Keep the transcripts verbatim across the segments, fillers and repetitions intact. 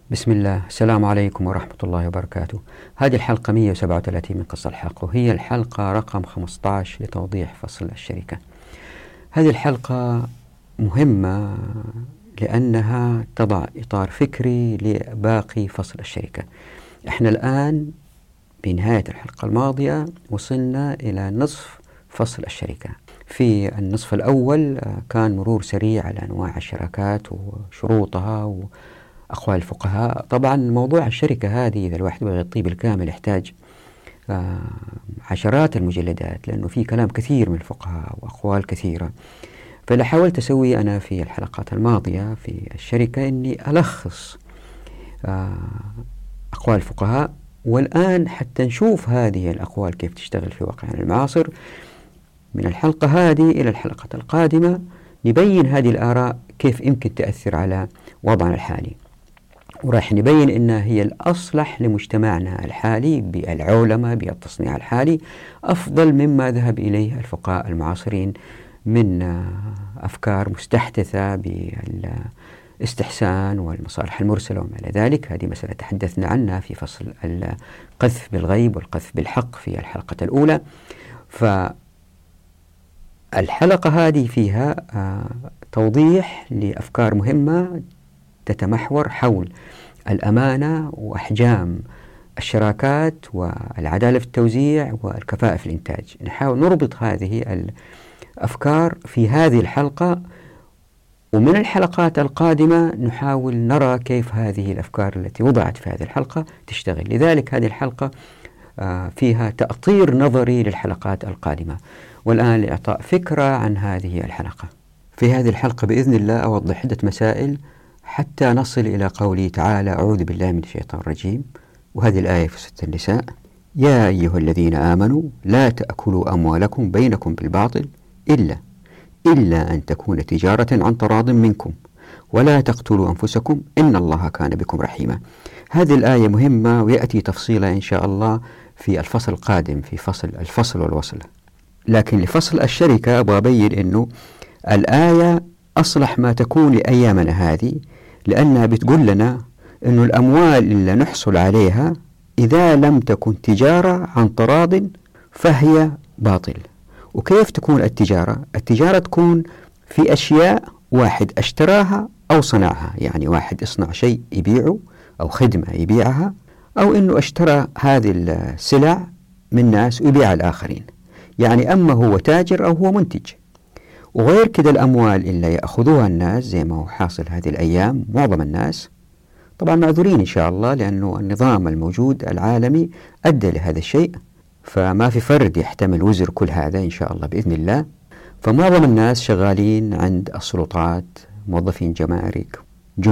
بسم الله، السلام عليكم ورحمة الله وبركاته. هذه الحلقة مئة وسبعة وثلاثين من قص الحق، وهي الحلقة رقم خمسة عشر لتوضيح فصل الشركة. هذه الحلقة مهمة لأنها تضع إطار فكري لباقي فصل الشركة. احنا الآن بنهاية الحلقة الماضية وصلنا إلى نصف فصل الشركة. في النصف الأول كان مرور سريع على أنواع الشراكات وشروطها وأقوال الفقهاء. طبعا موضوع الشركة هذه إذا الواحد بغى يغطيه بالكامل يحتاج عشرات المجلدات، لأنه في كلام كثير من الفقهاء وأقوال كثيرة. فاللي حاولت أسوي أنا في الحلقات الماضية في الشركة أني ألخص أقوال الفقهاء، والآن حتى نشوف هذه الأقوال كيف تشتغل في واقعنا المعاصر. من الحلقة هذه إلى الحلقة القادمة نبين هذه الآراء كيف يمكن تأثر على وضعنا الحالي، وراح نبين أنها هي الأصلح لمجتمعنا الحالي بالعولمة بالتصنيع الحالي، أفضل مما ذهب إليه الفقهاء المعاصرين من أفكار مستحدثة بالاستحسان والمصالح المرسلة وما إلى ذلك. هذه مسألة تحدثنا عنها في فصل القذف بالغيب والقذف بالحق في الحلقة الأولى. فالحلقة هذه فيها توضيح لأفكار مهمة تتمحور حول الأمانة وأحجام الشراكات والعدالة في التوزيع والكفاءة في الإنتاج. نحاول نربط هذه الأفكار في هذه الحلقة، ومن الحلقات القادمة نحاول نرى كيف هذه الأفكار التي وضعت في هذه الحلقة تشتغل. لذلك هذه الحلقة فيها تأطير نظري للحلقات القادمة. والآن لإعطاء فكرة عن هذه الحلقة. في هذه الحلقة بإذن الله أوضح عدة مسائل حتى نصل إلى قوله تعالى: أعوذ بالله من الشيطان الرجيم. وهذه الآية في سورة النساء: يا أيها الذين آمنوا لا تأكلوا أموالكم بينكم بالباطل إلا إلا أن تكون تجارة عن تراض منكم ولا تقتلوا أنفسكم إن الله كان بكم رحيما. هذه الآية مهمة ويأتي تفصيلها إن شاء الله في الفصل القادم في فصل الفصل والوصل. لكن لفصل الشركة أبغى أبين أنه الآية أصلح ما تكون لأيامنا هذه، لأنها بتقول لنا أنه الأموال اللي نحصل عليها إذا لم تكن تجارة عن تراض فهي باطل. وكيف تكون التجارة؟ التجارة تكون في أشياء واحد اشتراها أو صنعها، يعني واحد يصنع شيء يبيعه أو خدمة يبيعها، أو أنه اشترى هذه السلع من ناس ويبيعها الآخرين، يعني أما هو تاجر أو هو منتج. وغير كده الأموال اللي يأخذوها الناس زي ما هو حاصل هذه الأيام، معظم الناس طبعا معذورين إن شاء الله لأنه النظام الموجود العالمي أدى لهذا الشيء، فما في فرد يحتمل وزر كل هذا إن شاء الله بإذن الله. فمعظم الناس شغالين عند السلطات، موظفين جمارك،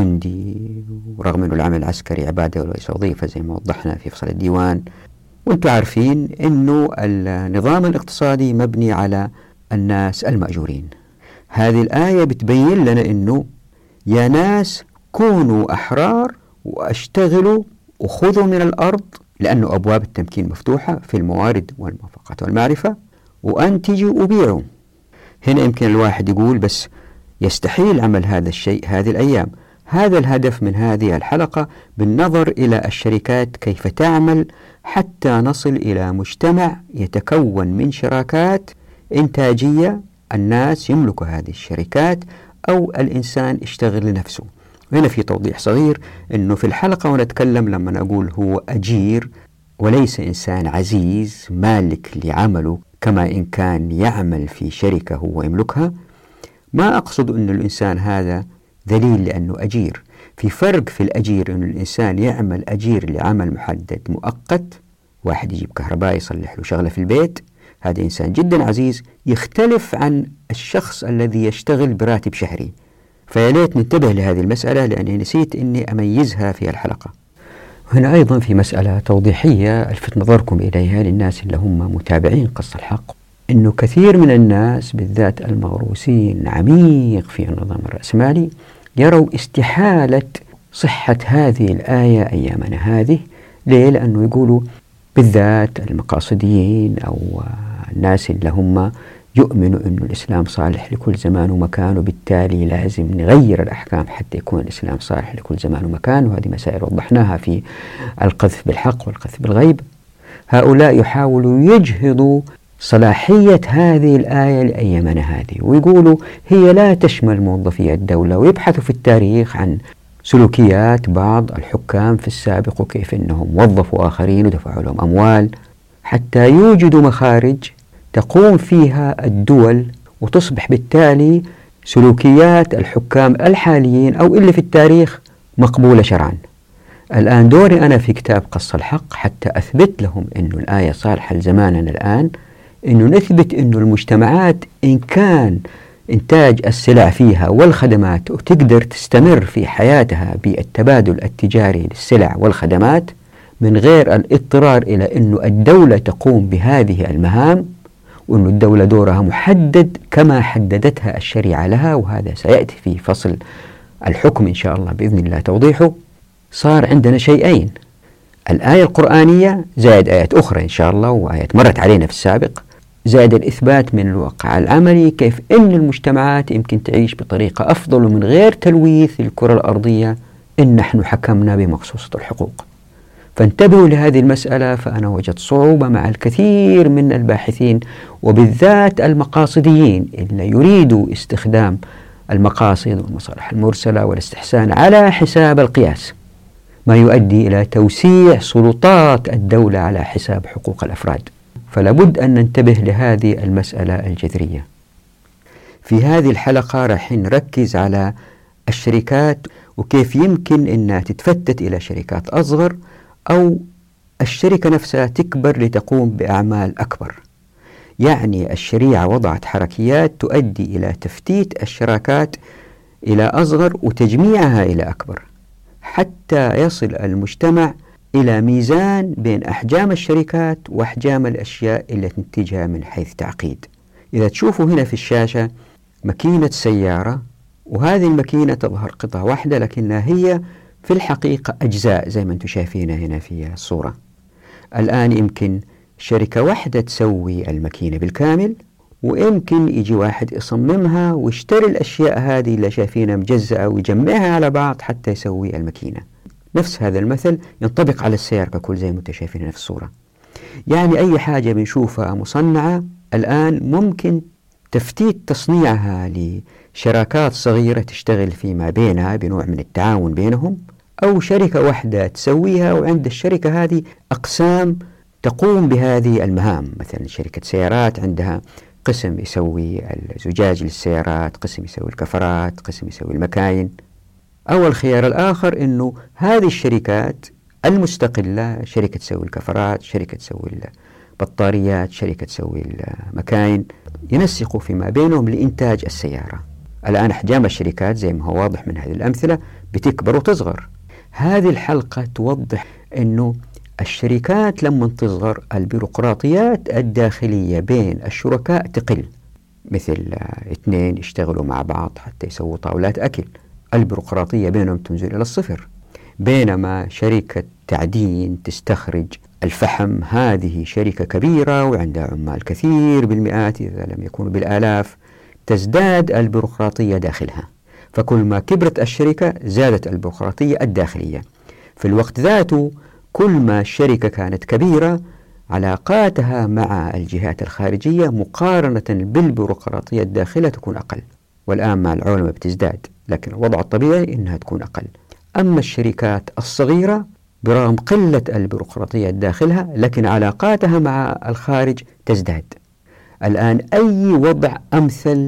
جندي، ورغم أنه العمل العسكري عبادة وليس وظيفة زي ما وضحنا في فصل الديوان. وانتم عارفين أنه النظام الاقتصادي مبني على الناس المأجورين. هذه الآية بتبين لنا أنه يا ناس كونوا أحرار واشتغلوا وخذوا من الأرض، لأنه أبواب التمكين مفتوحة في الموارد والموافقات والمعرفة، وأنتجوا وبيعوا. هنا يمكن الواحد يقول بس يستحيل عمل هذا الشيء هذه الأيام. هذا الهدف من هذه الحلقة بالنظر إلى الشركات كيف تعمل حتى نصل إلى مجتمع يتكون من شراكات إنتاجية، الناس يملكوا هذه الشركات أو الإنسان يشتغل لنفسه. وهنا في توضيح صغير أنه في الحلقة ونتكلم لما نقول هو أجير وليس إنسان عزيز مالك لعمله كما إن كان يعمل في شركة هو يملكها، ما أقصد أن الإنسان هذا ذليل لأنه أجير. في فرق في الأجير، أن الإنسان يعمل أجير لعمل محدد مؤقت، واحد يجيب كهرباء يصلح له شغلة في البيت، هذا إنسان جدا عزيز يختلف عن الشخص الذي يشتغل براتب شهري. فيا ليت ننتبه لهذه المسألة لأني نسيت أني أميزها في الحلقة. هنا أيضا في مسألة توضيحية ألفت نظركم إليها للناس اللي هم متابعين قص الحق، أنه كثير من الناس بالذات المغروسين عميق في النظام الرأسمالي يروا استحالة صحة هذه الآية أيامنا هذه. ليه؟ لأنه يقولوا بالذات المقاصديين أو الناس اللي هم يؤمنوا أن الإسلام صالح لكل زمان ومكان، وبالتالي لازم نغير الأحكام حتى يكون الإسلام صالح لكل زمان ومكان. وهذه مسائل وضحناها في القذف بالحق والقذف بالغيب. هؤلاء يحاولوا يجهضوا صلاحية هذه الآية لأيامنا هذه، ويقولوا هي لا تشمل موظفي الدولة، ويبحثوا في التاريخ عن سلوكيات بعض الحكام في السابق وكيف أنهم وظفوا آخرين ودفعوا لهم أموال حتى يوجدوا مخارج تقوم فيها الدول، وتصبح بالتالي سلوكيات الحكام الحاليين أو اللي في التاريخ مقبولة شرعا. الآن دوري أنا في كتاب قص الحق حتى أثبت لهم أن الآية صالحة لزماننا الآن، أنه نثبت أن المجتمعات إن كان إنتاج السلع فيها والخدمات وتقدر تستمر في حياتها بالتبادل التجاري للسلع والخدمات من غير الاضطرار إلى أن الدولة تقوم بهذه المهام، وأن الدولة دورها محدد كما حددتها الشريعة لها، وهذا سيأتي في فصل الحكم إن شاء الله بإذن الله توضيحه. صار عندنا شيئين: الآية القرآنية زائد آيات أخرى إن شاء الله وآيات مرت علينا في السابق، زائد الإثبات من الواقع العملي كيف أن المجتمعات يمكن تعيش بطريقة أفضل ومن غير تلويث الكرة الأرضية إن نحن حكمنا بمقصوصة الحقوق. فانتبهوا لهذه المسألة، فأنا وجدت صعوبة مع الكثير من الباحثين وبالذات المقاصديين اللي يريدوا استخدام المقاصد والمصالح المرسلة والاستحسان على حساب القياس، ما يؤدي إلى توسيع سلطات الدولة على حساب حقوق الأفراد. فلابد أن ننتبه لهذه المسألة الجذرية. في هذه الحلقة راح نركز على الشركات وكيف يمكن أنها تتفتت إلى شركات أصغر، أو الشركة نفسها تكبر لتقوم بأعمال أكبر. يعني الشريعة وضعت حركيات تؤدي إلى تفتيت الشراكات إلى أصغر وتجميعها إلى أكبر، حتى يصل المجتمع إلى ميزان بين أحجام الشركات وأحجام الأشياء اللي تنتجها من حيث تعقيد. إذا تشوفوا هنا في الشاشة ماكينة سيارة، وهذه الماكينة تظهر قطعة واحدة لكنها هي في الحقيقة أجزاء زي ما أنتم شايفينها هنا في الصورة. الآن يمكن شركة واحدة تسوي الماكينة بالكامل، ويمكن يجي واحد يصممها ويشتري الأشياء هذه اللي شايفينها مجزأة ويجمعها على بعض حتى يسوي الماكينة. نفس هذا المثل ينطبق على السيارة ككل زي ما انتم شايفينها في الصورة. يعني أي حاجة بنشوفها مصنعة الآن ممكن تفتيت تصنيعها لشراكات صغيرة تشتغل فيما بينها بنوع من التعاون بينهم، أو شركة واحدة تسويها وعند الشركة هذه أقسام تقوم بهذه المهام. مثلا شركة سيارات عندها قسم يسوي الزجاج للسيارات، قسم يسوي الكفرات، قسم يسوي المكاين. أو الخيار الآخر أنه هذه الشركات المستقلة، شركة تسوي الكفرات، شركة تسوي البطاريات، شركة تسوي المكاين، ينسقوا فيما بينهم لإنتاج السيارة. الآن أحجام الشركات زي ما هو واضح من هذه الأمثلة بتكبر وتصغر. هذه الحلقة توضح أنه الشركات لما تصغر البيروقراطيات الداخلية بين الشركاء تقل، مثل اثنين يشتغلوا مع بعض حتى يسووا طاولات أكل، البيروقراطية بينهم تنزل إلى الصفر. بينما شركة تعدين تستخرج الفحم، هذه شركة كبيرة وعندها عمال كثير بالمئات إذا لم يكونوا بالآلاف، تزداد البيروقراطية داخلها. فكل ما كبرت الشركة زادت البيروقراطية الداخلية. في الوقت ذاته كل ما الشركة كانت كبيرة علاقاتها مع الجهات الخارجية مقارنة بالبيروقراطية الداخلة تكون أقل، والآن مع العولمة بتزداد، لكن الوضع الطبيعي إنها تكون أقل. أما الشركات الصغيرة برغم قلة البيروقراطية داخلها لكن علاقاتها مع الخارج تزداد. الآن أي وضع أمثل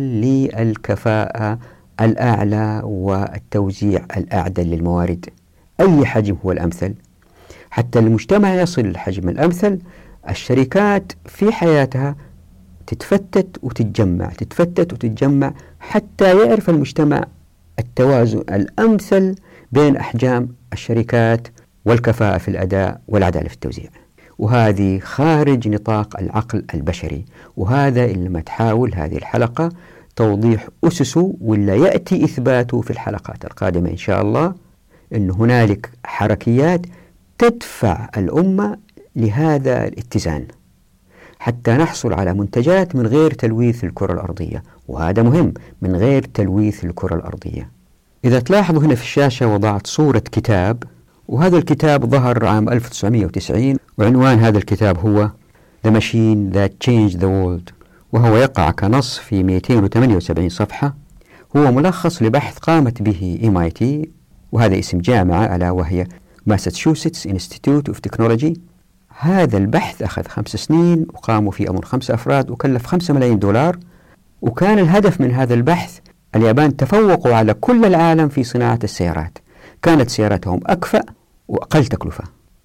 للكفاءة الأعلى والتوزيع الأعدل للموارد؟ أي حجم هو الأمثل؟ حتى المجتمع يصل للحجم الأمثل الشركات في حياتها تتفتت وتتجمع، تتفتت وتتجمع حتى يعرف المجتمع التوازن الأمثل بين أحجام الشركات والكفاءة في الأداء والعدالة في التوزيع. وهذه خارج نطاق العقل البشري، وهذا اللي ما تحاول هذه الحلقة توضيح أسسه، ولا يأتي إثباته في الحلقات القادمة إن شاء الله، أن هنالك حركيات تدفع الأمة لهذا الاتزان. حتى نحصل على منتجات من غير تلويث الكرة الأرضية، وهذا مهم، من غير تلويث الكرة الأرضية. إذا تلاحظوا هنا في الشاشة وضعت صورة كتاب، وهذا الكتاب ظهر عام ألف وتسعمئة وتسعين، وعنوان هذا الكتاب هو The Machine That Changed the World، وهو يقع كنص في مئتين وثمانية وسبعين صفحة. هو ملخص لبحث قامت به إم آي تي، وهذا اسم جامعة ألا وهي ماساتشوستس انستيتيوت اوف تكنولوجي. هذا البحث أخذ خمس سنين وقاموا فيه أمر خمس أفراد وكلف خمسة ملايين دولار، وكان الهدف من هذا البحث اليابان تفوقوا على كل العالم في صناعة السيارات، كانت سياراتهم أكفأ وأقل تكلفة،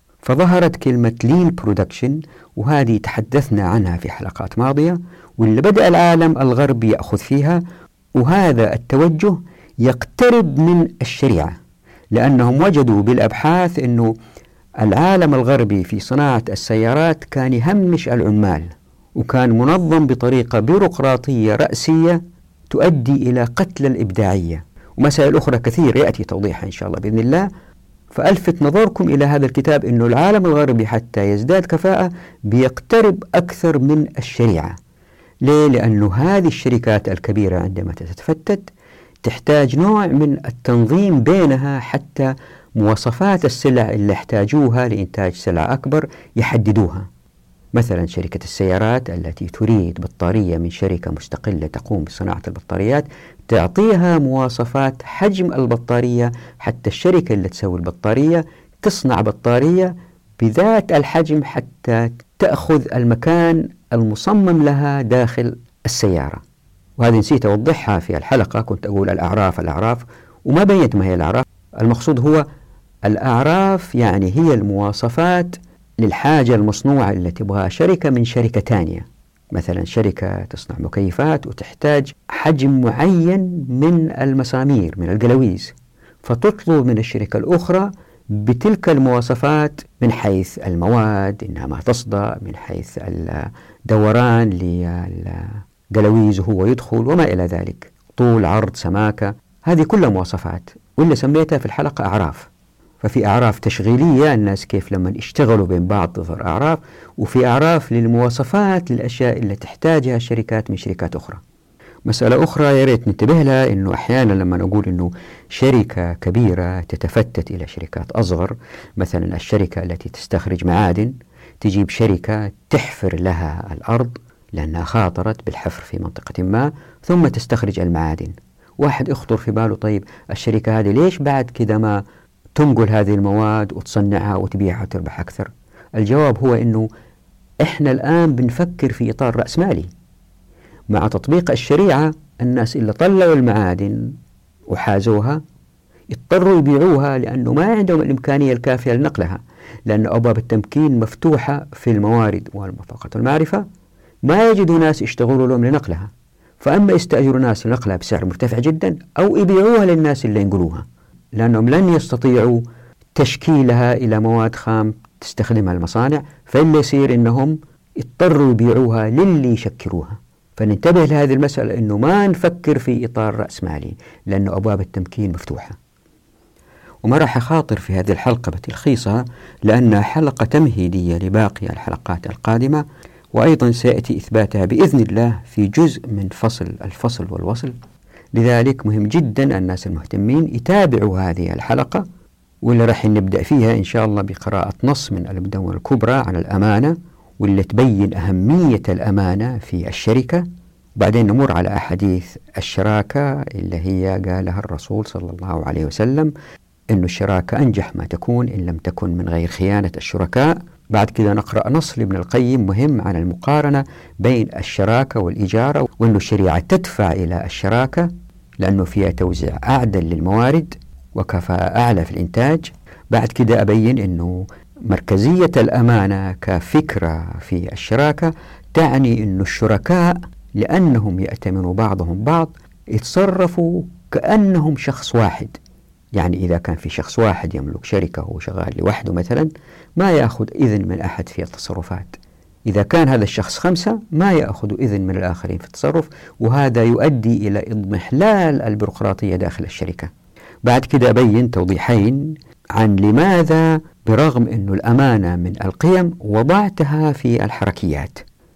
فظهرت كلمة Lean Production، وهذه تحدثنا عنها في حلقات ماضية، واللي بدأ العالم الغربي يأخذ فيها. وهذا التوجه يقترب من الشريعة، لأنهم وجدوا بالأبحاث أنه العالم الغربي في صناعة السيارات كان يهمش العمال، وكان منظم بطريقة بيروقراطية رأسية تؤدي إلى قتل الإبداعية، ومسائل أخرى كثير يأتي توضيحها إن شاء الله بإذن الله. فألفت نظركم إلى هذا الكتاب أنه العالم الغربي حتى يزداد كفاءة بيقترب أكثر من الشريعة. ليه؟ لأنه هذه الشركات الكبيرة عندما تتفتت تحتاج نوع من التنظيم بينها، حتى مواصفات السلع اللي يحتاجوها لإنتاج سلع أكبر يحددوها. مثلا شركة السيارات التي تريد بطارية من شركة مستقلة تقوم بصناعة البطاريات تعطيها مواصفات حجم البطارية، حتى الشركة اللي تسوي البطارية تصنع بطارية بذات الحجم حتى تأخذ المكان المصمم لها داخل السيارة. وهذه نسيت أوضحها في الحلقة، كنت أقول الأعراف الأعراف وما بينت ما هي الأعراف. المقصود هو الأعراف يعني هي المواصفات للحاجة المصنوعة اللي تبغاها شركة من شركة تانية. مثلا شركة تصنع مكيفات وتحتاج حجم معين من المسامير من القلاويز، فتطلب من الشركة الأخرى بتلك المواصفات من حيث المواد إنها ما تصدأ، من حيث الدوران للقلاويز وهو يدخل وما إلى ذلك، طول عرض سماكة، هذه كلها مواصفات، واللي سميتها في الحلقة أعراف. ففي أعراف تشغيلية الناس كيف لما يشتغلوا بين بعض تظهر أعراف، وفي أعراف للمواصفات للأشياء اللي تحتاجها الشركات من شركات أخرى. مسألة أخرى يا ريت ننتبه لها، إنه أحيانا لما نقول إنه شركة كبيرة تتفتت إلى شركات أصغر، مثلا الشركة التي تستخرج معادن تجيب شركة تحفر لها الأرض لأنها خاطرت بالحفر في منطقة ما، ثم تستخرج المعادن. واحد يخطر في باله طيب الشركة هذه ليش بعد كده ما تنقل هذه المواد وتصنعها وتبيعها وتربح أكثر؟ الجواب هو إنه إحنا الآن بنفكر في إطار رأسمالي. مع تطبيق الشريعة الناس اللي طلعوا المعادن وحازوها اضطروا يبيعوها لأنه ما عندهم الإمكانية الكافية لنقلها، لأن أبواب التمكين مفتوحة في الموارد والمفاقة والمعرفة، ما يجدوا ناس يشتغلوا لهم لنقلها، فأما يستأجروا ناس لنقلها بسعر مرتفع جدا أو يبيعوها للناس اللي ينقلوها، لأنهم لن يستطيعوا تشكيلها إلى مواد خام تستخدمها المصانع، فاللي يصير إنهم يضطروا يبيعوها للي يشكلوها. فننتبه لهذه المسألة، إنه ما نفكر في إطار رأسمالي، لأنه أبواب التمكين مفتوحة. وما راح أخاطر في هذه الحلقة بتلخيصها لأنها حلقة تمهيدية لباقي الحلقات القادمة، وأيضا سيأتي إثباتها بإذن الله في جزء من فصل الفصل والوصل. لذلك مهم جدا الناس المهتمين يتابعوا هذه الحلقة، واللي راح نبدأ فيها إن شاء الله بقراءة نص من المدونة الكبرى عن الأمانة، واللي تبين أهمية الأمانة في الشركة. بعدين نمر على أحاديث الشراكة اللي هي قالها الرسول صلى الله عليه وسلم إنه الشراكة أنجح ما تكون إن لم تكن من غير خيانة الشركاء. بعد كده نقرأ نص لابن القيم مهم عن المقارنة بين الشراكة والإجارة، وأنه الشريعة تدفع إلى الشراكة لأنه فيها توزيع أعدل للموارد وكفاءة أعلى في الإنتاج. بعد كده أبين أنه مركزية الأمانة كفكرة في الشراكة تعني أن الشركاء لأنهم يأتمنوا بعضهم بعض يتصرفوا كأنهم شخص واحد. يعني إذا كان في شخص واحد يملك شركة وهو شغال لوحده مثلا ما يأخذ إذن من أحد في التصرفات. إذا كان هذا الشخص خمسة ما يأخذ إذن من الآخرين في التصرف، وهذا يؤدي إلى إضمحلال البيروقراطية داخل الشركة. بعد كده أبين توضيحين عن لماذا برغم أن الأمانة من القيم وضعتها في الحركيات،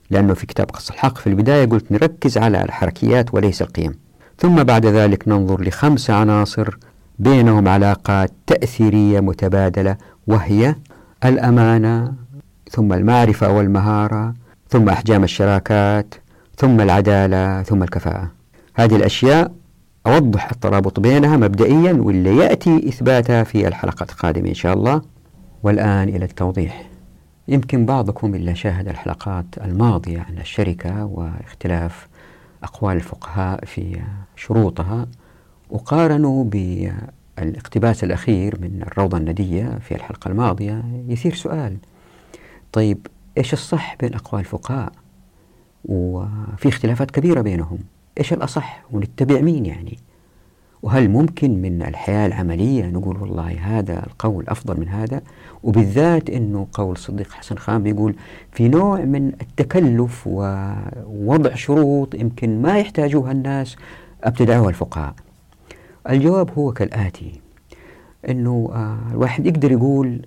لأنه في كتاب قص الحق في البداية قلت نركز على الحركيات وليس القيم. ثم بعد ذلك ننظر لخمس عناصر بينهم علاقات تأثيرية متبادلة، وهي الأمانة، ثم المعرفة والمهارة، ثم أحجام الشراكات، ثم العدالة، ثم الكفاءة. هذه الأشياء أوضح الترابط بينها مبدئيا، واللي يأتي إثباتها في الحلقات القادمة إن شاء الله. والآن إلى التوضيح. يمكن بعضكم إلا شاهد الحلقات الماضية عن الشركة واختلاف أقوال الفقهاء في شروطها، وقارنوا بالاقتباس الأخير من الروضة الندية في الحلقة الماضية. يثير سؤال: طيب إيش الصح بين أقوال الفقهاء؟ وفي اختلافات كبيرة بينهم، إيش الأصح ونتبع مين يعني؟ وهل ممكن من الحياة العملية نقول والله هذا القول أفضل من هذا؟ وبالذات أنه قول صديق حسن خان بيقول في نوع من التكلف ووضع شروط يمكن ما يحتاجوها الناس ابتدعوها الفقهاء. الجواب هو كالآتي: أنه آه الواحد يقدر يقول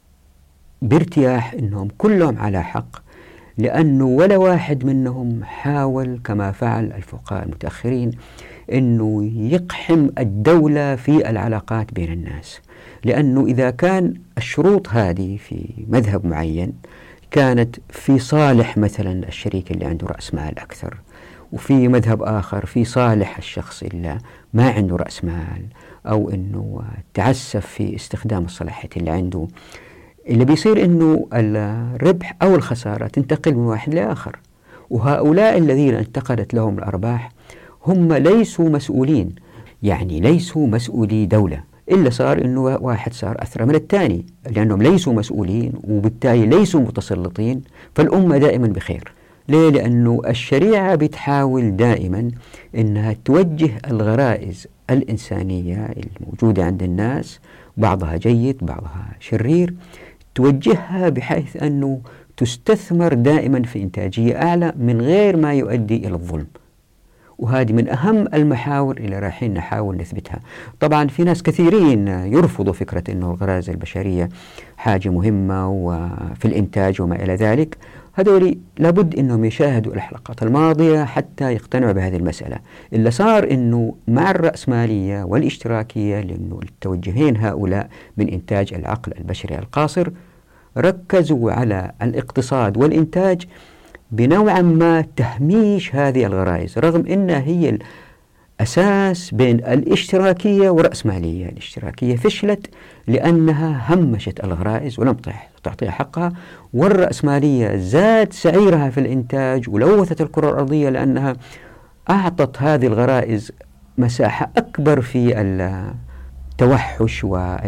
بارتياح أنهم كلهم على حق، لأنه ولا واحد منهم حاول كما فعل الفقهاء المتأخرين أنه يقحم الدولة في العلاقات بين الناس. لأنه إذا كان الشروط هذه في مذهب معين كانت في صالح مثلا الشريك اللي عنده رأس مال أكثر، وفي مذهب آخر في صالح الشخص اللي ما عنده رأس مال، أو أنه تعسف في استخدام الصلاحيات اللي عنده، اللي بيصير أنه الربح أو الخسارة تنتقل من واحد لآخر. وهؤلاء الذين انتقلت لهم الأرباح هم ليسوا مسؤولين، يعني ليسوا مسؤولي دولة، إلا صار أنه واحد صار أثرى من الثاني، لأنهم ليسوا مسؤولين وبالتالي ليسوا متسلطين، فالأمة دائما بخير. ليه؟ لأنه الشريعة بتحاول دائما أنها توجه الغرائز الإنسانية الموجودة عند الناس، بعضها جيد بعضها شرير، توجهها بحيث أنه تستثمر دائما في إنتاجية أعلى من غير ما يؤدي إلى الظلم. وهذه من أهم المحاور اللي رايحين نحاول نثبتها. طبعا في ناس كثيرين يرفضوا فكرة أنه الغرائز البشرية حاجة مهمة وفي الإنتاج وما إلى ذلك. هذول لابد أنهم يشاهدوا الحلقات الماضية حتى يقتنعوا بهذه المسألة. اللي صار أنه مع الرأسمالية والاشتراكية، لأنه التوجهين هؤلاء من إنتاج العقل البشري القاصر، ركزوا على الاقتصاد والإنتاج بنوعا ما تهميش هذه الغرائز، رغم أنها هي الأساس بين الاشتراكية والرأسمالية. الاشتراكية فشلت لأنها همشت الغرائز ولم تعطيها حقها، والرأسمالية زاد سعيرها في الإنتاج ولوثت الكرة الأرضية لأنها أعطت هذه الغرائز مساحة أكبر في التوحش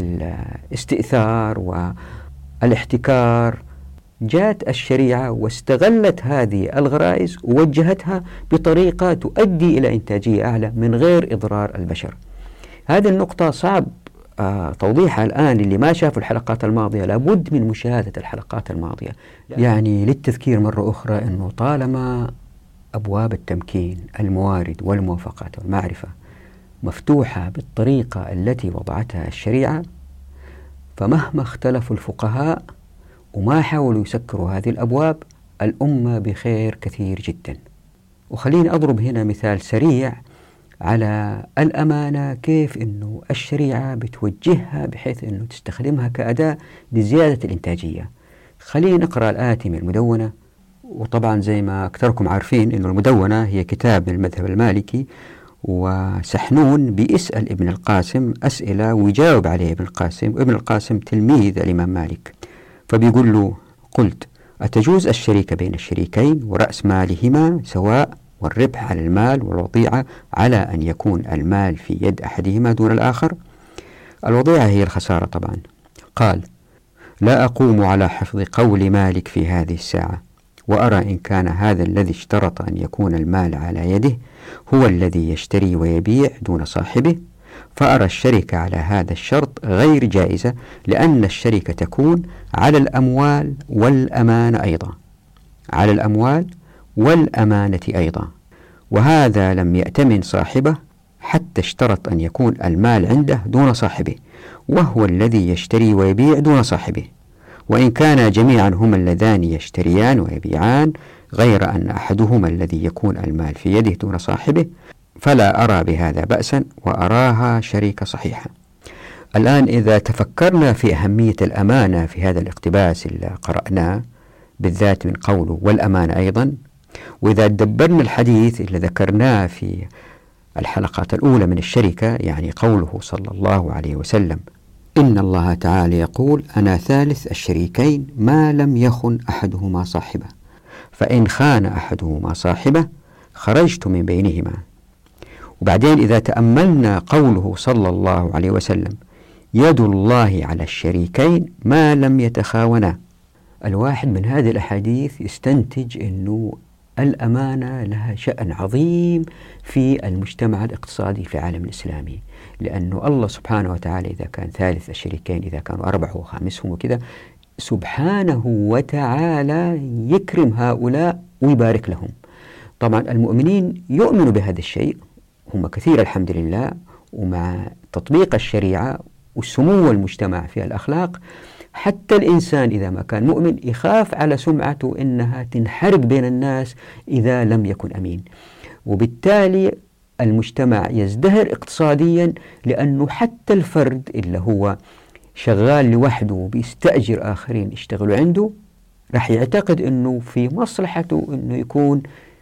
والاستئثار والاحتكار. جاءت الشريعة واستغلت هذه الغرائز ووجهتها بطريقة تؤدي إلى إنتاجية أعلى من غير إضرار البشر. هذه النقطة صعب آه توضيحها الآن. اللي ما شافوا الحلقات الماضية لابد من مشاهدة الحلقات الماضية. يعني للتذكير مرة أخرى أنه طالما أبواب التمكين، الموارد والموافقات والمعرفة مفتوحة بالطريقة التي وضعتها الشريعة، فمهما اختلفوا الفقهاء وما حاولوا يسكروا هذه الأبواب، الأمة بخير كثير جدا. وخليني أضرب هنا مثال سريع على الأمانة، كيف أنه الشريعة بتوجهها بحيث أنه تستخدمها كأداة لزيادة الإنتاجية. خلينا نقرأ الآتي من المدونة. وطبعا زي ما أكثركم عارفين أنه المدونة هي كتاب من المذهب المالكي، وسحنون بيسأل ابن القاسم أسئلة ويجاوب عليه ابن القاسم، وابن القاسم تلميذ الإمام مالك. فبيقول له: قلت: أتجوز الشريكة بين الشريكين ورأس مالهما سواء، والربح على المال والوضيعة على أن يكون المال في يد أحدهما دون الآخر؟ الوضيعة هي الخسارة طبعا. قال: لا أقوم على حفظ قول مالك في هذه الساعة، وأرى إن كان هذا الذي اشترط أن يكون المال على يده هو الذي يشتري ويبيع دون صاحبه، فأرى الشركة على هذا الشرط غير جائزة، لأن الشركة تكون على الأموال والأمانة أيضا على الأموال والأمانة أيضا وهذا لم يأتمن صاحبه حتى اشترط أن يكون المال عنده دون صاحبه، وهو الذي يشتري ويبيع دون صاحبه. وإن كان جميعا هما اللذان يشتريان ويبيعان غير أن أحدهما الذي يكون المال في يده دون صاحبه، فلا أرى بهذا بأسا وأراها شريكة صحيحة. الآن إذا تفكرنا في أهمية الأمانة في هذا الاقتباس اللي قرأناه بالذات من قوله والأمانة أيضا، وإذا دبرنا الحديث اللي ذكرناه في الحلقات الأولى من الشركة، يعني قوله صلى الله عليه وسلم إن الله تعالى يقول أنا ثالث الشريكين ما لم يخن أحدهما صاحبه، فإن خان أحدهما صاحبه خرجت من بينهما. وبعدين إذا تأملنا قوله صلى الله عليه وسلم يد الله على الشريكين ما لم يتخاونا، الواحد من هذه الأحاديث يستنتج أنه الأمانة لها شأن عظيم في المجتمع الاقتصادي في العالم الإسلامي، لأنه الله سبحانه وتعالى إذا كان ثالث الشريكين إذا كانوا أربعة وخامسهم وكذا سبحانه وتعالى يكرم هؤلاء ويبارك لهم. طبعا المؤمنين يؤمنوا بهذا الشيء، هم كثير الحمد لله، ومع تطبيق الشريعة وسمو المجتمع في الأخلاق حتى الإنسان إذا ما كان مؤمن يخاف على سمعته إنها تنحرق بين الناس إذا لم يكن أمين، وبالتالي المجتمع يزدهر اقتصاديا، لأنه حتى الفرد اللي هو شغال لوحده وبيستأجر آخرين يشتغلوا عنده راح يعتقد أنه في مصلحته أنه يكون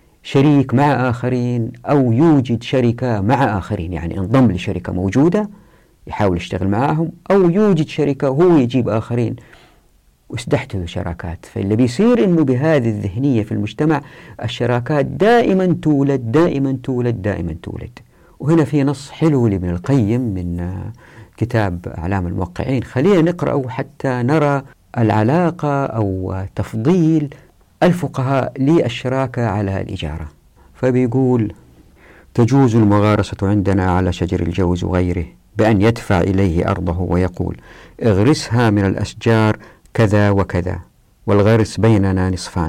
شريك مع آخرين أو يوجد شركة مع آخرين، يعني انضم لشركة موجودة يحاول يشتغل معهم، أو يوجد شركة وهو يجيب آخرين واستحدثوا شراكات. فاللي بيصير إنه بهذه الذهنية في المجتمع الشراكات دائما تولد دائما تولد دائما تولد. وهنا في نص حلو لابن القيم من كتاب أعلام الموقعين، خلينا نقرأه حتى نرى العلاقة أو تفضيل الفقهاء للشراكة على الإجارة. فبيقول تجوز المغارسة عندنا على شجر الجوز وغيره بأن يدفع إليه أرضه ويقول اغرسها من الأشجار كذا وكذا والغرس بيننا نصفان،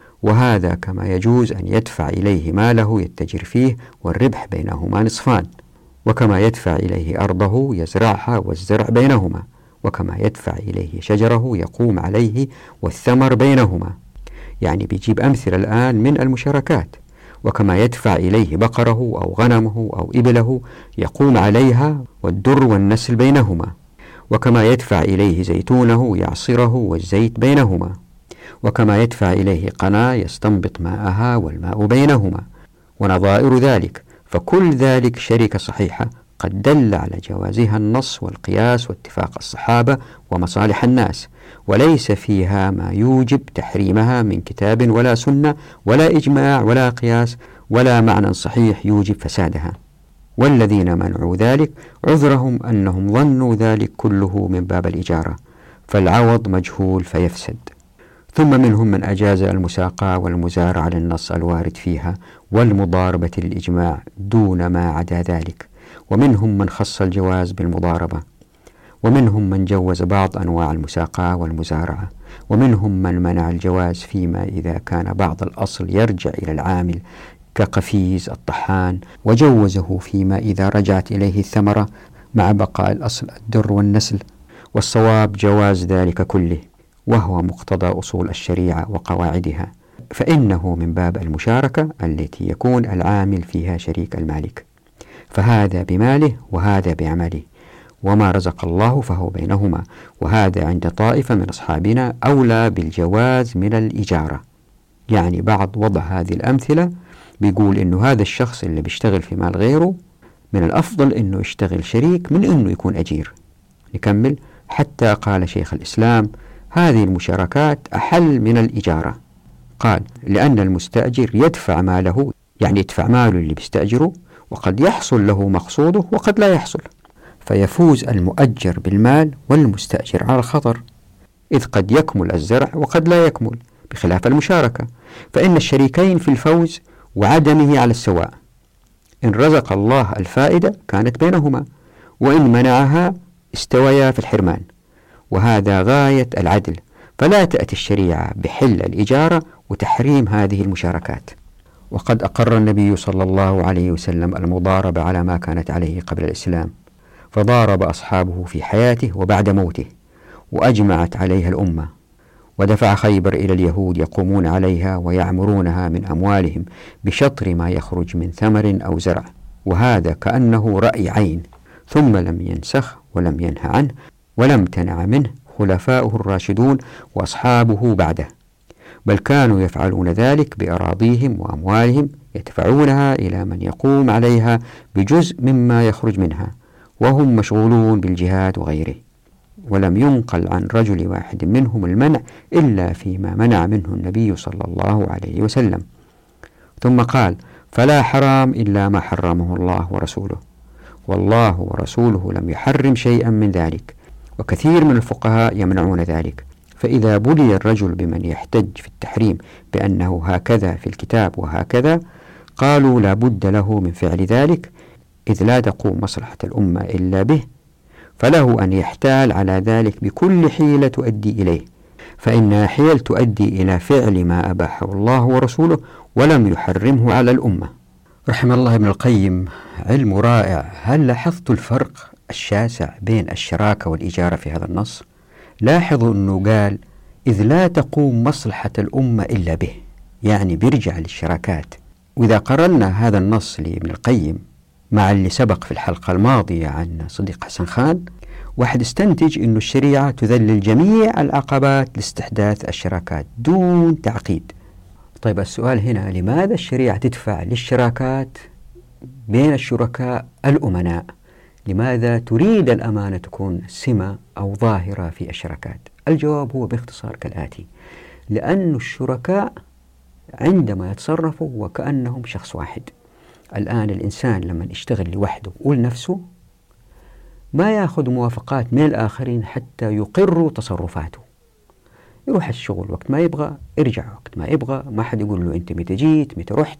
وهذا كما يجوز أن يدفع إليه ماله يتجر فيه والربح بينهما نصفان، وكما يدفع إليه أرضه يزرعها والزرع بينهما، وكما يدفع إليه شجره يقوم عليه والثمر بينهما. يعني بيجيب أمثلة الآن من المشاركات. وكما يدفع إليه بقره أو غنمه أو إبله يقوم عليها والدر والنسل بينهما، وكما يدفع إليه زيتونه يعصره والزيت بينهما، وكما يدفع إليه قناة يستنبط ماءها والماء بينهما، ونظائر ذلك. فكل ذلك شركة صحيحة قد دل على جوازها النص والقياس واتفاق الصحابة ومصالح الناس، وليس فيها ما يوجب تحريمها من كتاب ولا سنة ولا إجماع ولا قياس ولا معنى صحيح يوجب فسادها. والذين منعوا ذلك عذرهم أنهم ظنوا ذلك كله من باب الإجارة، فالعوض مجهول فيفسد. ثم منهم من أجاز المساقاة والمزارعة للنص الوارد فيها والمضاربة للإجماع دون ما عدا ذلك، ومنهم من خص الجواز بالمضاربة، ومنهم من جوز بعض أنواع المساقاة والمزارعة، ومنهم من منع الجواز فيما إذا كان بعض الأصل يرجع إلى العامل كقفيز الطحان، وجوزه فيما إذا رجعت إليه الثمرة مع بقاء الأصل الدر والنسل. والصواب جواز ذلك كله، وهو مقتضى أصول الشريعة وقواعدها، فإنه من باب المشاركة التي يكون العامل فيها شريك المالك، فهذا بماله وهذا بعمله، وما رزق الله فهو بينهما. وهذا عند طائفة من أصحابنا أولى بالجواز من الإجارة. يعني بعض وضع هذه الأمثلة بيقول إنه هذا الشخص اللي بيشتغل في مال غيره من الأفضل إنه يشتغل شريك من إنه يكون أجير. نكمل. حتى قال شيخ الإسلام هذه المشاركات أحل من الإجارة. قال لأن المستأجر يدفع ماله، يعني يدفع ماله اللي بيستأجره، وقد يحصل له مقصوده وقد لا يحصل، فيفوز المؤجر بالمال والمستأجر على الخطر، إذ قد يكمل الزرع وقد لا يكمل، بخلاف المشاركة فإن الشريكين في الفوز وعدمه على السواء. إن رزق الله الفائدة كانت بينهما، وإن منعها استويا في الحرمان، وهذا غاية العدل. فلا تأتي الشريعة بحل الإجارة وتحريم هذه المشاركات. وقد أقر النبي صلى الله عليه وسلم المضاربة على ما كانت عليه قبل الإسلام، فضارب أصحابه في حياته وبعد موته، وأجمعت عليها الأمة. ودفع خيبر إلى اليهود يقومون عليها ويعمرونها من أموالهم بشطر ما يخرج من ثمر أو زرع، وهذا كأنه رأي عين، ثم لم ينسخ ولم ينه عنه ولم تنع منه خلفاؤه الراشدون وأصحابه بعده، بل كانوا يفعلون ذلك بأراضيهم وأموالهم، يدفعونها إلى من يقوم عليها بجزء مما يخرج منها، وهم مشغولون بالجهاد وغيره. ولم ينقل عن رجل واحد منهم المنع إلا فيما منع منه النبي صلى الله عليه وسلم. ثم قال: فلا حرام إلا ما حرمه الله ورسوله، والله ورسوله لم يحرم شيئا من ذلك، وكثير من الفقهاء يمنعون ذلك. فإذا بلي الرجل بمن يحتج في التحريم بأنه هكذا في الكتاب وهكذا، قالوا لا بد له من فعل ذلك، إذ لا تقوم مصلحة الأمة إلا به، فله أن يحتال على ذلك بكل حيلة تؤدي إليه، فإنها حيل تؤدي إلى فعل ما أباحه الله ورسوله ولم يحرمه على الأمة. رحم الله ابن القيم، علم رائع. هل لاحظت الفرق الشاسع بين الشراكة والإجارة في هذا النص؟ لاحظوا أنه قال إذ لا تقوم مصلحة الأمة إلا به، يعني بيرجع للشراكات. وإذا قررنا هذا النص لابن القيم مع اللي سبق في الحلقة الماضية عن صديق حسن خان، واحد استنتج أن الشريعة تذلل جميع العقبات لاستحداث الشراكات دون تعقيد. طيب السؤال هنا، لماذا الشريعة تدفع للشراكات بين الشركاء الأمناء؟ لماذا تريد الأمانة تكون سمة أو ظاهرة في الشراكات؟ الجواب هو باختصار كالآتي: لأن الشركاء عندما يتصرفوا وكأنهم شخص واحد. الآن الإنسان لما يشتغل لوحده ولنفسه ما يأخذ موافقات من الآخرين حتى يقروا تصرفاته، يروح الشغل وقت ما يبغى، يرجع وقت ما يبغى، ما حد يقول له أنت متى جيت متى رحت.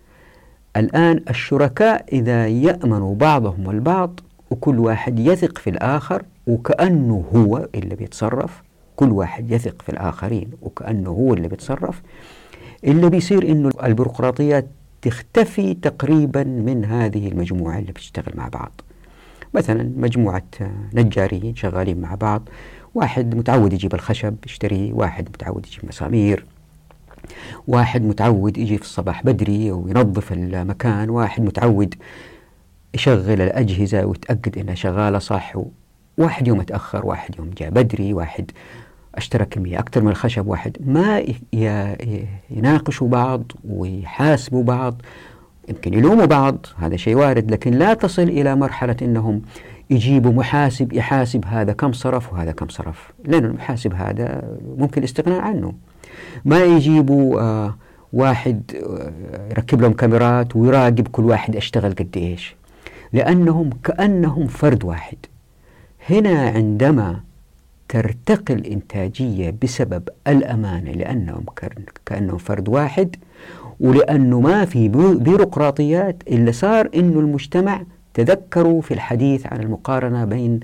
الآن الشركاء إذا يأمنوا بعضهم البعض وكل واحد يثق في الآخر وكأنه هو اللي بيتصرف، كل واحد يثق في الآخرين وكأنه هو اللي بيتصرف، اللي بيصير إنه البيروقراطيات تختفي تقريبا من هذه المجموعة اللي بتشتغل مع بعض. مثلا مجموعة نجارين شغالين مع بعض، واحد متعود يجيب الخشب يشتري، واحد متعود يجيب مسامير، واحد متعود يجي في الصباح بدري وينظف المكان، واحد متعود يشغل الأجهزة ويتأكد إنها شغالة صح، واحد يوم اتأخر، واحد يوم جاء بدري، واحد اشترى كمية أكثر من الخشب، واحد ما يناقشوا بعض ويحاسبوا بعض. يمكن يلوموا بعض، هذا شيء وارد، لكن لا تصل إلى مرحلة إنهم يجيبوا محاسب يحاسب هذا كم صرف وهذا كم صرف، لأن المحاسب هذا ممكن الاستغناء عنه. ما يجيبوا آه واحد آه يركب لهم كاميرات ويراقب كل واحد اشتغل قد إيش، لأنهم كأنهم فرد واحد. هنا عندما ترتقي الإنتاجية بسبب الأمانة، لأنهم كأنهم فرد واحد، ولأنه ما في بيروقراطيات، اللي صار إنه المجتمع، تذكروا في الحديث عن المقارنة بين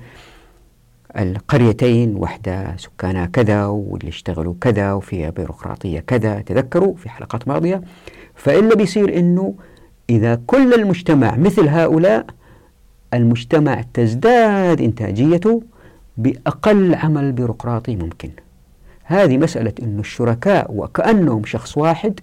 القريتين، واحدة سكانها كذا واللي اشتغلوا كذا وفيها بيروقراطية كذا، تذكروا في حلقات ماضية. فإلا بيصير إنه إذا كل المجتمع مثل هؤلاء، المجتمع تزداد إنتاجيته بأقل عمل بيروقراطي ممكن. هذه مسألة إنه الشركاء وكأنهم شخص واحد،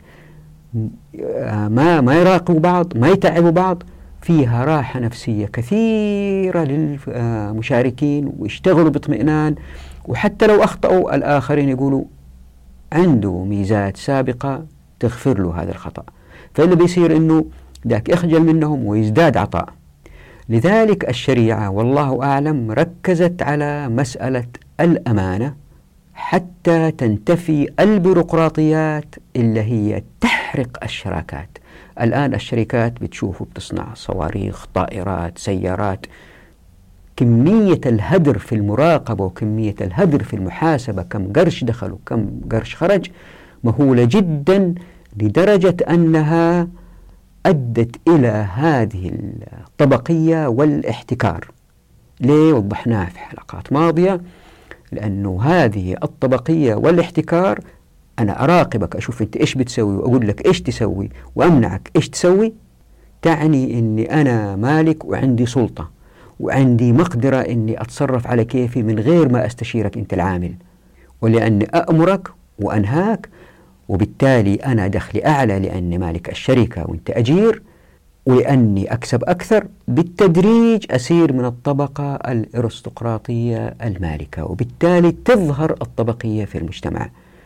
ما ما يراقبوا بعض، ما يتعبوا بعض، فيها راحة نفسية كثيرة للمشاركين ويشتغلوا باطمئنان، وحتى لو أخطأوا الآخرين يقولوا عنده ميزات سابقة تغفر له هذا الخطأ، فاللي بيصير إنه ذاك يخجل منهم ويزداد عطاء. لذلك الشريعة والله أعلم ركزت على مسألة الأمانة حتى تنتفي البيروقراطيات اللي هي تحرق الشراكات. الآن الشركات بتشوفوا بتصنع صواريخ، طائرات، سيارات، كمية الهدر في المراقبة وكمية الهدر في المحاسبة، كم قرش دخل وكم قرش خرج، مهولة جدا، لدرجة أنها أدت إلى هذه الطبقية والاحتكار. ليه؟ وضحناها في حلقات ماضية، لأنه هذه الطبقية والاحتكار، أنا أراقبك أشوف أنت إيش بتسوي وأقول لك إيش تسوي وأمنعك إيش تسوي، تعني أني أنا مالك وعندي سلطة وعندي مقدرة أني أتصرف على كيفي من غير ما أستشيرك أنت العامل. ولأني أأمرك وأنهاك، وبالتالي أنا دخلي أعلى لأني مالك الشركة وأنت أجير، ولأني أكسب أكثر، بالتدريج أسير من الطبقة الأرستقراطية المالكة، وبالتالي تظهر الطبقية في المجتمع.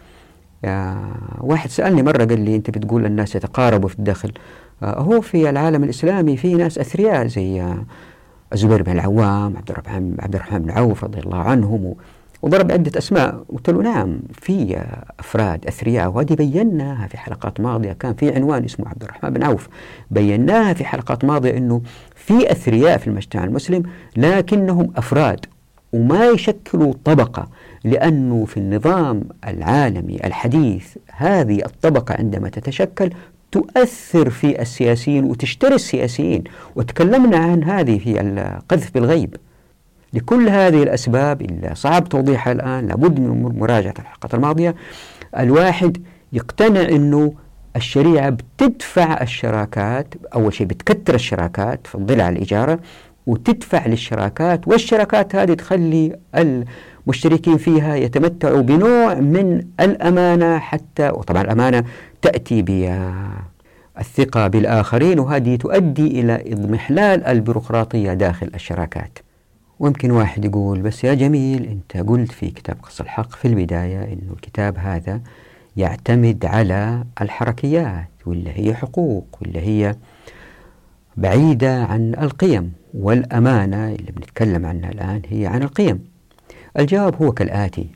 واحد سألني مرة قال لي أنت بتقول الناس يتقاربوا في الدخل، هو في العالم الإسلامي في ناس أثرياء زي الزبير بن العوام، عبد الرحمن عبد الرحمن بن عوف رضي الله عنهم، وضرب عدة أسماء. قلت له نعم في أفراد أثرياء، وهذه بيناها في حلقات ماضية، كان في عنوان اسمه عبد الرحمن بن عوف، بيناها في حلقات ماضية أنه في أثرياء في المجتمع المسلم لكنهم أفراد وما يشكلوا طبقة، لأنه في النظام العالمي الحديث هذه الطبقة عندما تتشكل تؤثر في السياسيين وتشتري السياسيين، وتكلمنا عن هذه في القذف بالغيب. لكل هذه الأسباب اللي صعب توضيحها الآن، لابد من مراجعة الحلقات الماضية. الواحد يقتنع أنه الشريعة بتدفع الشراكات، أول شيء بتكتر الشراكات في الظل على الإجارة، وتدفع للشراكات، والشراكات هذه تخلي المشتركين فيها يتمتعوا بنوع من الأمانة، حتى وطبعا الأمانة تأتي بالثقة بالآخرين، وهذه تؤدي إلى إضمحلال البيروقراطية داخل الشراكات. ويمكن واحد يقول بس يا جميل أنت قلت في كتاب قص الحق في البداية إنه الكتاب هذا يعتمد على الحركيات واللي هي حقوق واللي هي بعيدة عن القيم، والأمانة اللي بنتكلم عنها الآن هي عن القيم. الجواب هو كالآتي: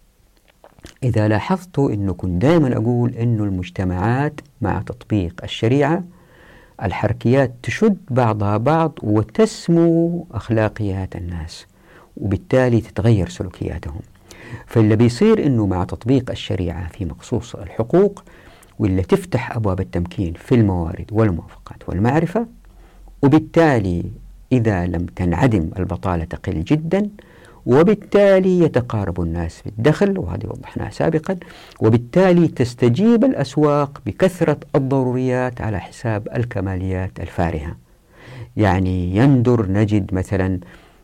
إذا لاحظتوا أنه كنت دائما أقول أنه المجتمعات مع تطبيق الشريعة الحركيات تشد بعضها بعض وتسمو أخلاقيات الناس، وبالتالي تتغير سلوكياتهم. فاللي بيصير أنه مع تطبيق الشريعة في مخصوص الحقوق، واللي تفتح أبواب التمكين في الموارد والموافقات والمعرفة، وبالتالي إذا لم تنعدم البطالة تقل جدا، وبالتالي يتقارب الناس في الدخل، وهذه وضحناها سابقا، وبالتالي تستجيب الأسواق بكثرة الضروريات على حساب الكماليات الفارهة. يعني يندر نجد مثلا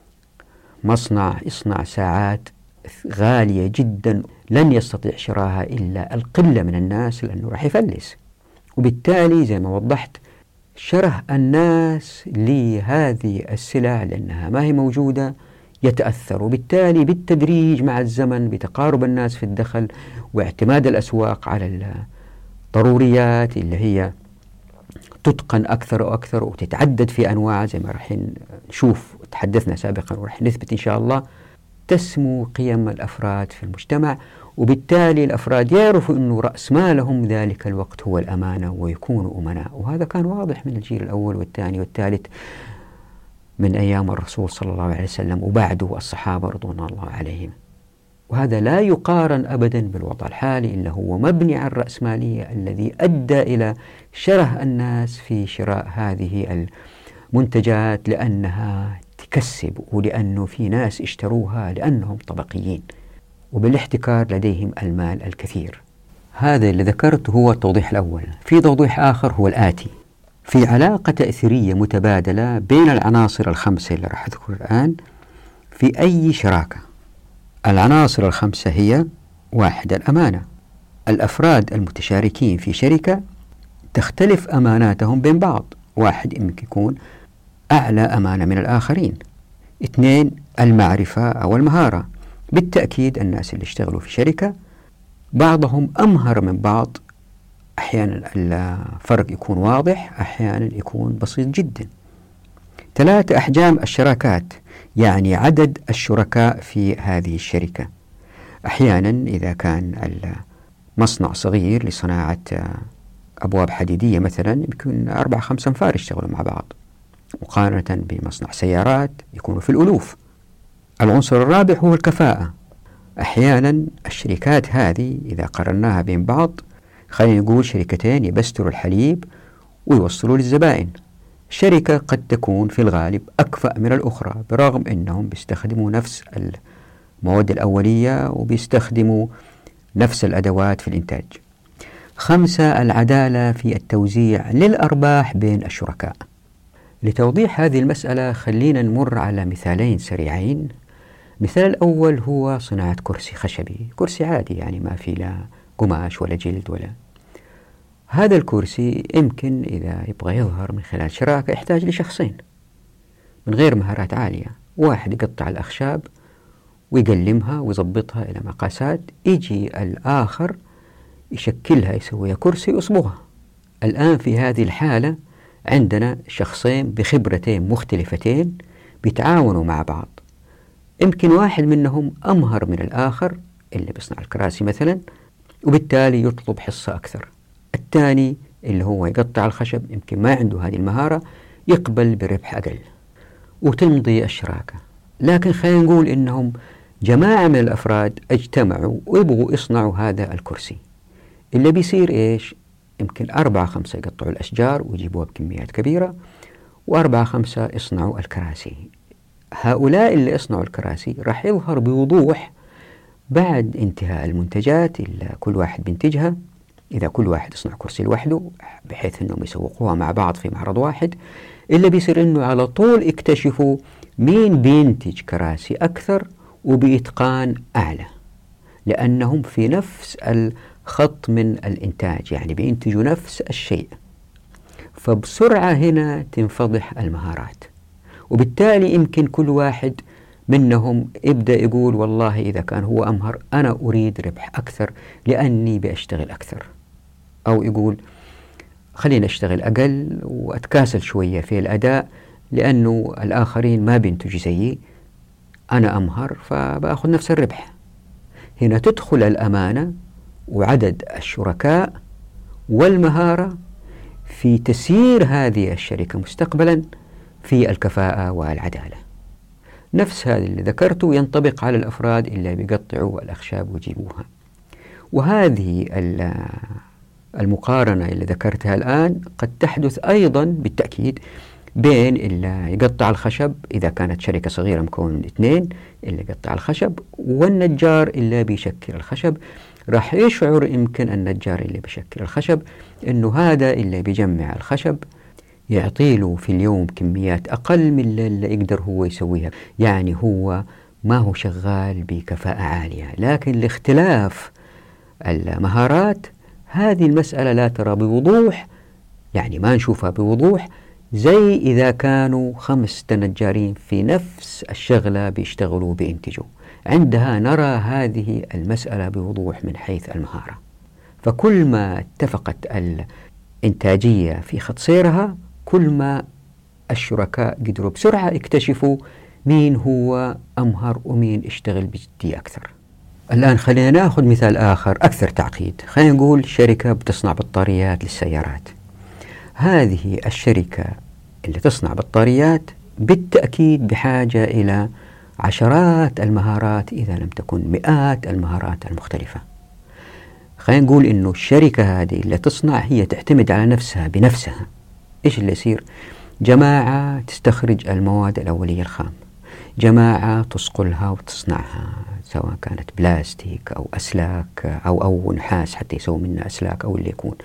مصنع يصنع ساعات غالية جدا لن يستطيع شراها إلا القلة من الناس لأنه راح يفلس، وبالتالي زي ما وضحت شره الناس لهذه السلع لأنها ما هي موجودة يتأثر، وبالتالي بالتدريج مع الزمن بتقارب الناس في الدخل واعتماد الأسواق على الضروريات اللي هي تتقن أكثر وأكثر وتتعدد في أنواع زي ما راح نشوف تحدثنا سابقا وراح نثبت إن شاء الله، تسمو قيم الأفراد في المجتمع، وبالتالي الأفراد يعرفوا أنه رأس مالهم ذلك الوقت هو الأمانة ويكونوا أمناء. وهذا كان واضح من الجيل الأول والثاني والثالث من أيام الرسول صلى الله عليه وسلم وبعده الصحابة رضوان الله عليهم. وهذا لا يقارن أبدا بالوضع الحالي اللي هو مبني على الرأسمالية الذي أدى إلى شره الناس في شراء هذه المنتجات لأنها تكسب، ولأنه في ناس اشتروها لأنهم طبقيين، وبالاحتكار لديهم المال الكثير. هذا اللي ذكرته هو التوضيح الأول. في توضيح آخر هو الآتي: في علاقة تأثيرية متبادلة بين العناصر الخمسة اللي راح أذكر الآن في أي شراكة. العناصر الخمسة هي: واحد، الأمانة. الأفراد المتشاركين في شركة تختلف أماناتهم بين بعض، واحد يمكن يكون أعلى أمانة من الآخرين. اثنين، المعرفة أو المهارة. بالتأكيد الناس اللي اشتغلوا في شركة بعضهم أمهر من بعض، أحيانا الفرق يكون واضح، أحيانا يكون بسيط جدا. ثلاثة، أحجام الشراكات، يعني عدد الشركاء في هذه الشركة. أحيانا إذا كان المصنع صغير لصناعة أبواب حديدية مثلا يمكن أربعة خمسة أنفار يشتغلوا مع بعض، مقارنة بمصنع سيارات يكونوا في الألوف. العنصر الرابع هو الكفاءة. أحيانا الشركات هذه إذا قارناها بين بعض، خلينا نقول شركتين يبستروا الحليب ويوصلوا للزبائن، شركة قد تكون في الغالب أكفأ من الأخرى برغم أنهم بيستخدموا نفس المواد الأولية وبيستخدموا نفس الأدوات في الإنتاج. خمسة، العدالة في التوزيع للأرباح بين الشركاء. لتوضيح هذه المسألة خلينا نمر على مثالين سريعين المثال الأول هو صناعة كرسي خشبي، كرسي عادي يعني ما في لا قماش ولا جلد ولا. هذا الكرسي يمكن إذا يبغى يظهر من خلال شراكة يحتاج لشخصين من غير مهارات عالية، واحد يقطع الأخشاب ويقلمها ويضبطها إلى مقاسات، يجي الآخر يشكلها يسويها كرسي ويصبغها. الآن في هذه الحالة عندنا شخصين بخبرتين مختلفتين بيتعاونوا مع بعض، يمكن واحد منهم أمهر من الآخر اللي بيصنع الكراسي مثلا، وبالتالي يطلب حصة أكثر. الثاني اللي هو يقطع الخشب يمكن ما عنده هذه المهارة، يقبل بربح أقل وتمضي الشراكة. لكن خلينا نقول إنهم جماعة من الأفراد اجتمعوا ويبغوا يصنعوا هذا الكرسي، اللي بيصير إيش؟ يمكن أربعة خمسة يقطعوا الأشجار ويجيبوها بكميات كبيرة، وأربعة خمسة يصنعوا الكراسي. هؤلاء اللي يصنعوا الكراسي راح يظهر بوضوح بعد انتهاء المنتجات اللي كل واحد بينتجها. إذا كل واحد يصنع كرسي لوحده بحيث أنهم يسوقوها مع بعض في معرض واحد، اللي بيصير أنه على طول يكتشفوا مين بينتج كراسي أكثر وبإتقان أعلى، لأنهم في نفس الخط من الإنتاج، يعني بينتجوا نفس الشيء. فبسرعة هنا تنفضح المهارات، وبالتالي يمكن كل واحد منهم يبدأ يقول والله إذا كان هو أمهر أنا أريد ربح أكثر لأني بأشتغل أكثر، أو يقول خلينا أشتغل أقل وأتكاسل شوية في الأداء لأنه الآخرين ما بينتجوا زيي، أنا أمهر فبأخذ نفس الربح. هنا تدخل الأمانة وعدد الشركاء والمهارة في تسيير هذه الشركة مستقبلا في الكفاءة والعدالة. نفس هذا اللي ذكرته ينطبق على الأفراد اللي بيقطعوا الأخشاب ويجيبوها. وهذه المقارنة اللي ذكرتها الآن قد تحدث أيضا بالتأكيد بين اللي يقطع الخشب إذا كانت شركة صغيرة مكونة من اثنين، اللي يقطع الخشب والنجار اللي بيشكل الخشب. راح يشعر يمكن النجار اللي بيشكل الخشب إنه هذا اللي بيجمع الخشب يعطيله في اليوم كميات أقل من اللي يقدر هو يسويها، يعني هو ما هو شغال بكفاءة عالية. لكن لاختلاف المهارات هذه المسألة لا ترى بوضوح، يعني ما نشوفها بوضوح زي إذا كانوا خمس نجارين في نفس الشغلة بيشتغلوا بينتجوا، عندها نرى هذه المسألة بوضوح من حيث المهارة. فكل ما اتفقت الإنتاجية في خط سيرها كل ما الشركاء قدروا بسرعة يكتشفوا مين هو أمهر ومين اشتغل بجدية أكثر. الآن خلينا نأخذ مثال آخر أكثر تعقيد. خلينا نقول شركة بتصنع بطاريات للسيارات. هذه الشركة اللي تصنع بطاريات بالتأكيد بحاجة إلى عشرات المهارات إذا لم تكن مئات المهارات المختلفة. خلينا نقول إنه الشركة هذه اللي تصنع هي تعتمد على نفسها بنفسها. إيش اللي يصير؟ جماعة تستخرج المواد الأولية الخام، جماعة تصقلها وتصنعها سواء كانت بلاستيك أو أسلاك أو أو نحاس حتى يسوي منها أسلاك أو اللي يكون،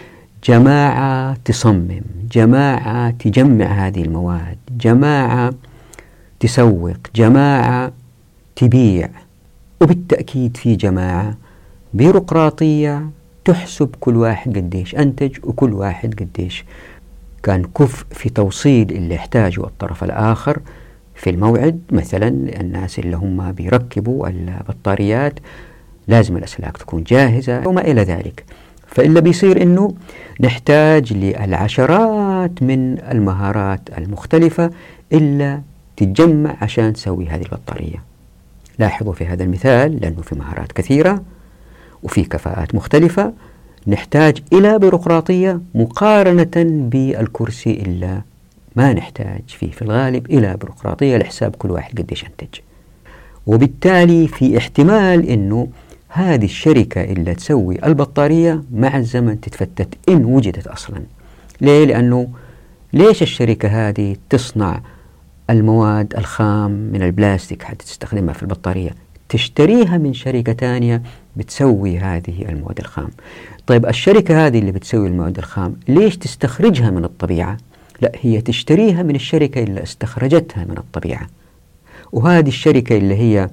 جماعة تصمم، جماعة تجمع هذه المواد، جماعة تسوق، جماعة تبيع، وبالتأكيد في جماعة بيروقراطية تحسب كل واحد قديش أنتج وكل واحد قديش كان كفء في توصيل اللي يحتاجه الطرف الآخر في الموعد. مثلا الناس اللي هم بيركبوا البطاريات لازم الأسلاك تكون جاهزة وما إلى ذلك. فإلا بيصير إنه نحتاج للعشرات من المهارات المختلفة إلا تتجمع عشان تسوي هذه البطارية. لاحظوا في هذا المثال لأنه في مهارات كثيرة وفي كفاءات مختلفة نحتاج إلى بيروقراطية مقارنة بالكرسي إلا ما نحتاج فيه في الغالب إلى بيروقراطية لحساب كل واحد قديش أنتج. وبالتالي في احتمال إنه هذه الشركة اللي تسوي البطارية مع الزمن تتفتت إن وجدت أصلا. ليه؟ لأنه ليش الشركة هذه تصنع المواد الخام من البلاستيك حتى تستخدمها في البطارية؟ تشتريها من شركة تانية بتسوي هذه المواد الخام. طيب الشركة هذه اللي بتسوي المواد الخام ليش تستخرجها من الطبيعة؟ لا، هي تشتريها من الشركة اللي استخرجتها من الطبيعة. وهذه الشركة اللي هي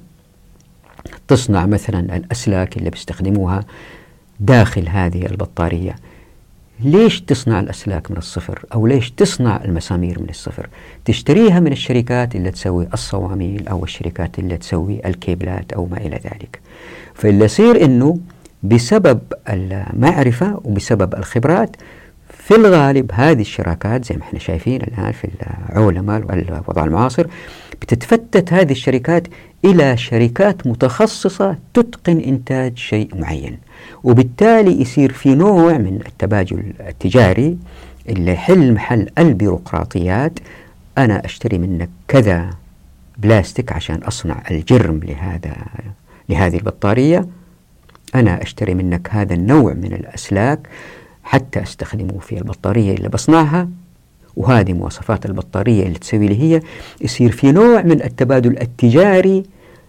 تصنع مثلا الأسلاك اللي بيستخدموها داخل هذه البطارية، ليش تصنع الأسلاك من الصفر؟ أو ليش تصنع المسامير من الصفر؟ تشتريها من الشركات اللي تسوي الصواميل أو الشركات اللي تسوي الكيبلات أو ما إلى ذلك. فاللي يصير إنه بسبب المعرفة وبسبب الخبرات في الغالب هذه الشراكات زي ما احنا شايفين الآن في العولمة والوضع المعاصر بتتفتت هذه الشركات إلى شركات متخصصة تتقن إنتاج شيء معين، وبالتالي يصير في نوع من التبادل التجاري اللي يحل محل البيروقراطيات. أنا أشتري منك كذا بلاستيك عشان أصنع الجرم لهذا لهذه البطارية، أنا أشتري منك هذا النوع من الأسلاك حتى أستخدمه في البطارية اللي بصنعها، وهذه مواصفات البطارية اللي تسوي لي هي. يصير في نوع من التبادل التجاري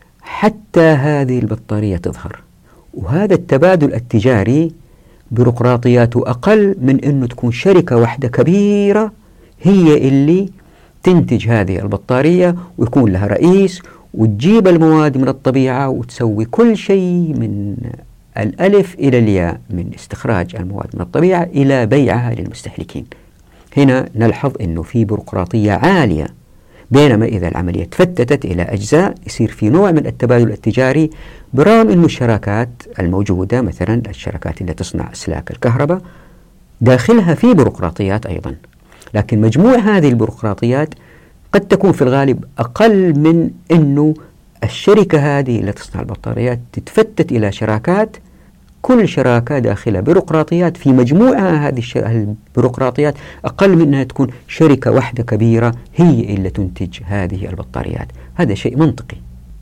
حتى هذه البطارية تظهر، وهذا التبادل التجاري بيروقراطياته أقل من أنه تكون شركة واحدة كبيرة هي اللي تنتج هذه البطارية ويكون لها رئيس وتجيب المواد من الطبيعة وتسوي كل شيء من الألف إلى الياء، من استخراج المواد من الطبيعة إلى بيعها للمستهلكين. هنا نلحظ أنه في بيروقراطية عالية، بينما إذا العملية تفتتت إلى أجزاء يصير في نوع من التبادل التجاري، برغم أنه الشراكات الموجودة مثلا الشركات اللي تصنع أسلاك الكهرباء داخلها في بيروقراطيات أيضا، لكن مجموع هذه البيروقراطيات قد تكون في الغالب أقل من أنه الشركة هذه اللي تصنع البطاريات تتفتت إلى شراكات، كل شراكة داخلها بيروقراطيات، في مجموعها هذه البيروقراطيات أقل من أنها تكون شركة واحدة كبيرة هي اللي تنتج هذه البطاريات. هذا شيء منطقي.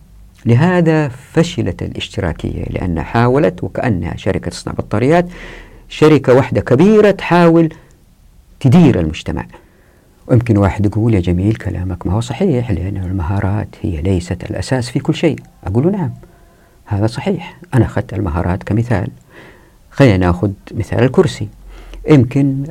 لهذا فشلت الاشتراكية، لأنها حاولت وكأنها شركة تصنع بطاريات، شركة واحدة كبيرة تحاول تدير المجتمع. ويمكن واحد يقول يا جميل كلامك ما هو صحيح، لأن المهارات هي ليست الأساس في كل شيء. أقول نعم هذا صحيح، أنا أخذت المهارات كمثال. خلينا نأخذ مثال الكرسي. يمكن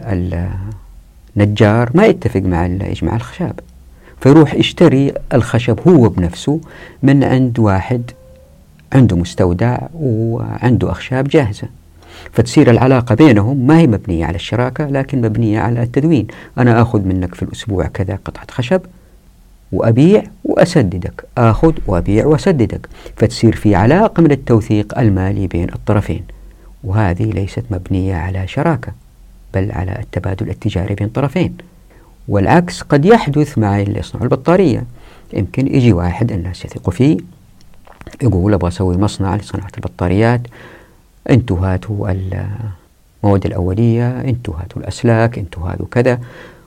النجار ما يتفق مع اللي يجمع الخشب، فيروح يشتري الخشب هو بنفسه من عند واحد عنده مستودع وعنده أخشاب جاهزة، فتصير العلاقة بينهم ما هي مبنية على الشراكة لكن مبنية على التدوين. أنا أخذ منك في الأسبوع كذا قطعة خشب وأبيع وأسددك، أخذ وأبيع وأسددك، فتصير في علاقة من التوثيق المالي بين الطرفين، وهذه ليست مبنية على شراكة بل على التبادل التجاري بين طرفين. والعكس قد يحدث مع اللي يصنع البطارية. يمكن يجي واحد الناس يثقوا فيه يقول أبغى أسوي مصنع لصناعة البطاريات، أنتوا هاتوا المواد الأولية، أنتوا هاتوا الأسلاك، أنتوا هاتوا كذا،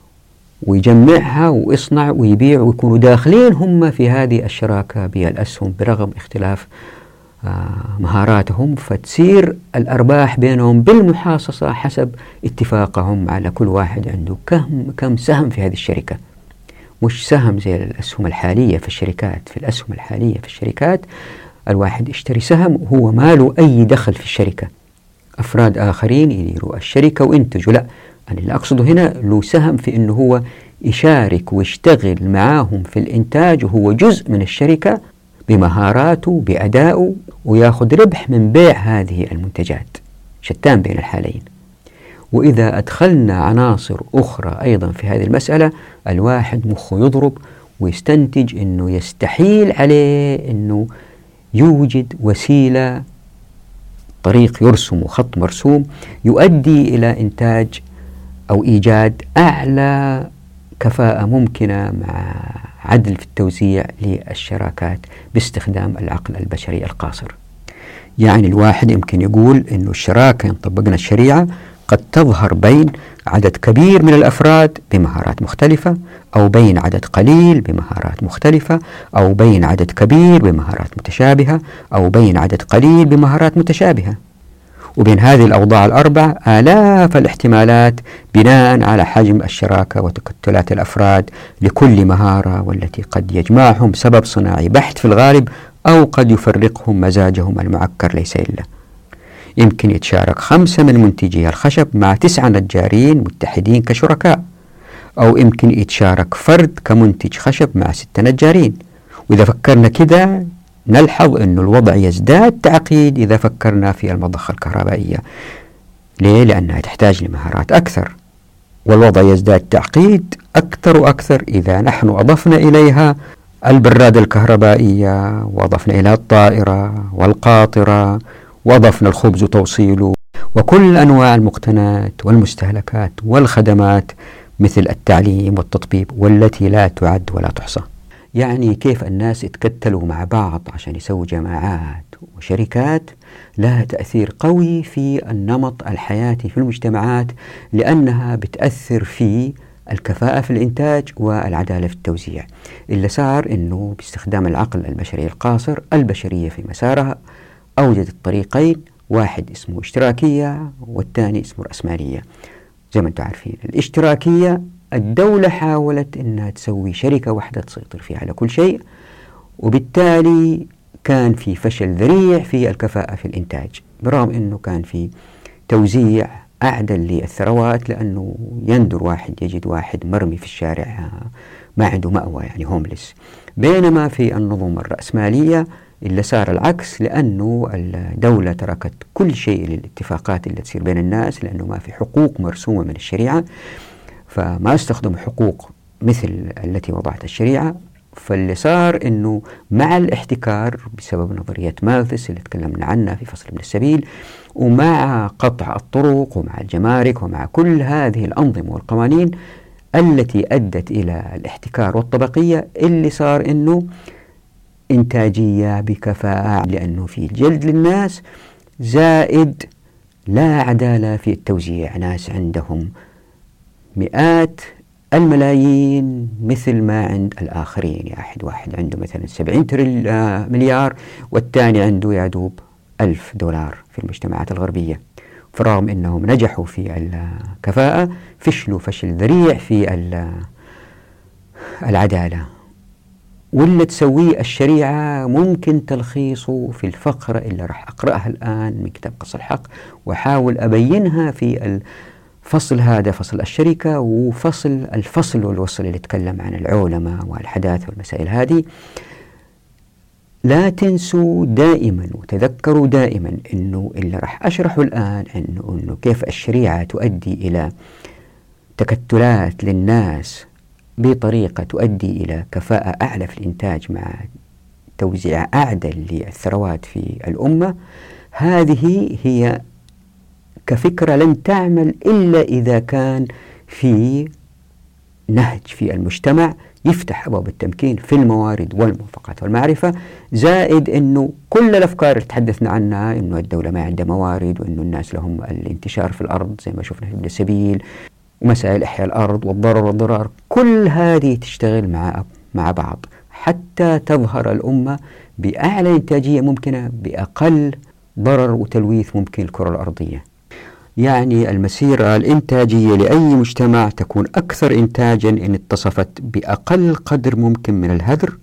ويجمعها ويصنع ويبيع، ويكونوا داخلين هم في هذه الشراكة بالأسهم برغم اختلاف آه مهاراتهم، فتصير الأرباح بينهم بالمحاصصة حسب اتفاقهم على كل واحد عنده كم كم سهم في هذه الشركة، مش سهم زي الأسهم الحالية في الشركات. في الأسهم الحالية في الشركات الواحد يشتري سهم وهو ما له أي دخل في الشركة، أفراد آخرين يديروا الشركة وينتجوا. لا، أنا اللي أقصده هنا له سهم في أنه هو يشارك ويشتغل معاهم في الإنتاج، وهو جزء من الشركة بمهاراته بأدائه، ويأخذ ربح من بيع هذه المنتجات. شتان بين الحالين. وإذا أدخلنا عناصر أخرى أيضا في هذه المسألة الواحد مخه يضرب ويستنتج أنه يستحيل عليه أنه يوجد وسيلة، طريق يرسم وخط مرسوم يؤدي إلى إنتاج أو إيجاد أعلى كفاءة ممكنة مع عدل في التوزيع للشراكات باستخدام العقل البشري القاصر. يعني الواحد يمكن يقول أنه الشراكة إن طبقنا الشريعة قد تظهر بين عدد كبير من الأفراد بمهارات مختلفة، أو بين عدد قليل بمهارات مختلفة، أو بين عدد كبير بمهارات متشابهة، أو بين عدد قليل بمهارات متشابهة. وبين هذه الأوضاع الأربع آلاف الاحتمالات بناء على حجم الشراكة وتكتلات الأفراد لكل مهارة، والتي قد يجمعهم سبب صناعي بحت في الغالب، أو قد يفرقهم مزاجهم المعكر ليس إلا. يمكن يتشارك خمسة من منتجي الخشب مع تسعة نجارين متحدين كشركاء، أو يمكن يتشارك فرد كمنتج خشب مع ستة نجارين، وإذا فكرنا كده نلحظ أن الوضع يزداد تعقيد إذا فكرنا في المضخة الكهربائية. ليه؟ لأنها تحتاج لمهارات أكثر، والوضع يزداد تعقيد أكثر وأكثر إذا نحن أضفنا إليها البرادة الكهربائية، وأضفنا إليها الطائرة والقاطرة، وأضفنا الخبز وتوصيله، وكل أنواع المقتنيات والمستهلكات والخدمات مثل التعليم والتطبيب، والتي لا تعد ولا تحصى. يعني كيف الناس يتكتلوا مع بعض عشان يسووا جماعات وشركات لها تأثير قوي في النمط الحياتي في المجتمعات، لأنها بتأثر في الكفاءة في الإنتاج والعدالة في التوزيع. اللي صار أنه باستخدام العقل البشري القاصر، البشرية في مسارها أوجدت طريقين، واحد اسمه اشتراكية والثاني اسمه رأسمالية. زي ما أنتم عارفين الاشتراكية الدولة حاولت أنها تسوي شركة واحدة تسيطر فيها على كل شيء، وبالتالي كان في فشل ذريع في الكفاءة في الإنتاج، برغم أنه كان في توزيع أعدل للثروات، لأنه يندر واحد يجد واحد مرمي في الشارع ما عنده مأوى، يعني هوملس. بينما في النظم الرأسمالية اللي صار العكس، لأنه الدولة تركت كل شيء للاتفاقات اللي تصير بين الناس، لأنه ما في حقوق مرسومة من الشريعة، فما استخدموا حقوق مثل التي وضعت الشريعة. فاللي صار أنه مع الاحتكار بسبب نظرية مالثس اللي تكلمنا عنها في فصل من السبيل، ومع قطع الطرق ومع الجمارك ومع كل هذه الأنظمة والقوانين التي أدت إلى الاحتكار والطبقية، اللي صار أنه إنتاجية بكفاءة، لأنه في جلد للناس زائد لا عدالة في التوزيع. ناس عندهم مئات الملايين مثل ما عند الآخرين، يعني واحد عنده مثلا سبعين مليار والثاني عنده يعدوب ألف دولار في المجتمعات الغربية. فرغم أنهم نجحوا في الكفاءة، فشلوا فشل ذريع في العدالة. واللي تسويه الشريعة ممكن تلخيصه في الفقرة اللي راح أقرأها الآن من كتاب قص الحق، وحاول أبينها في الفصل هذا، فصل الشركة، وفصل الفصل والوصل اللي يتكلم عن العولمة والحداثة والمسائل هذه. لا تنسوا دائما وتذكروا دائما أنه اللي راح أشرحه الآن أنه, إنه كيف الشريعة تؤدي إلى تكتلات للناس بطريقة تؤدي إلى كفاءة أعلى في الإنتاج مع توزيع أعدل للثروات في الأمة. هذه هي كفكرة لن تعمل إلا إذا كان في نهج في المجتمع يفتح أبواب التمكين في الموارد والموافقات والمعرفة، زائد أنه كل الأفكار اللي تحدثنا عنها، أنه الدولة ما عندها موارد، وأنه الناس لهم الانتشار في الأرض زي ما شفنا في ابن السبيل، ومسائل إحياء الأرض والضرر والضرار، كل هذه تشتغل مع مع بعض حتى تظهر الأمة بأعلى إنتاجية ممكنة بأقل ضرر وتلويث ممكن الكرة الأرضية. يعني المسيرة الإنتاجية لأي مجتمع تكون أكثر إنتاجا إن اتصفت بأقل قدر ممكن من الهدر،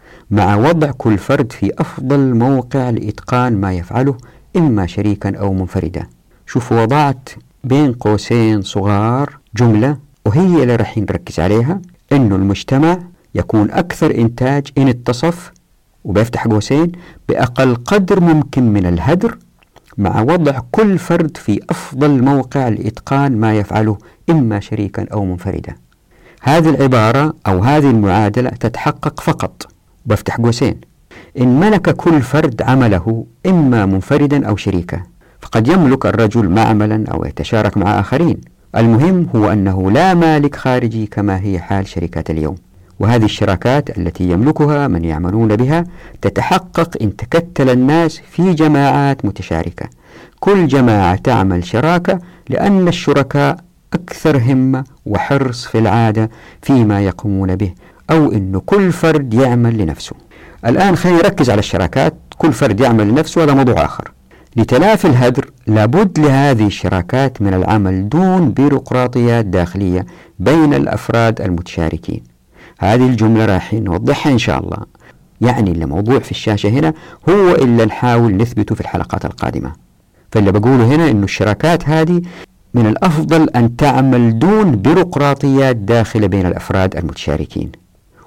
مع وضع كل فرد في أفضل موقع لإتقان ما يفعله، إما شريكا أو منفردا. شوفوا وضعت بين قوسين صغار جملة، وهي اللي راح نركز عليها، إنه المجتمع يكون أكثر إنتاج إن اتصف، وبيفتح قوسين، بأقل قدر ممكن من الهدر، مع وضع كل فرد في أفضل موقع لإتقان ما يفعله، إما شريكا أو منفردا. هذه العبارة أو هذه المعادلة تتحقق فقط، بفتح قوسين، إن ملك كل فرد عمله إما منفردا أو شريكا. فقد يملك الرجل معملا أو يتشارك مع آخرين، المهم هو أنه لا مالك خارجي كما هي حال شركات اليوم. وهذه الشراكات التي يملكها من يعملون بها تتحقق إن تكتل الناس في جماعات متشاركة، كل جماعة تعمل شراكة، لأن الشركاء أكثر همة وحرص في العادة فيما يقومون به، أو أن كل فرد يعمل لنفسه. الآن خلينا نركز على الشراكات، كل فرد يعمل لنفسه، هذا موضوع آخر. لتلافي الهدر لابد لهذه الشراكات من العمل دون بيروقراطيات داخلية بين الأفراد المتشاركين. هذه الجملة راح نوضحها إن شاء الله. يعني اللي موضوع في الشاشة هنا هو اللي نحاول نثبته في الحلقات القادمة. فاللي بقوله هنا إنه الشراكات هذه من الأفضل أن تعمل دون بيروقراطيات داخلة بين الأفراد المتشاركين.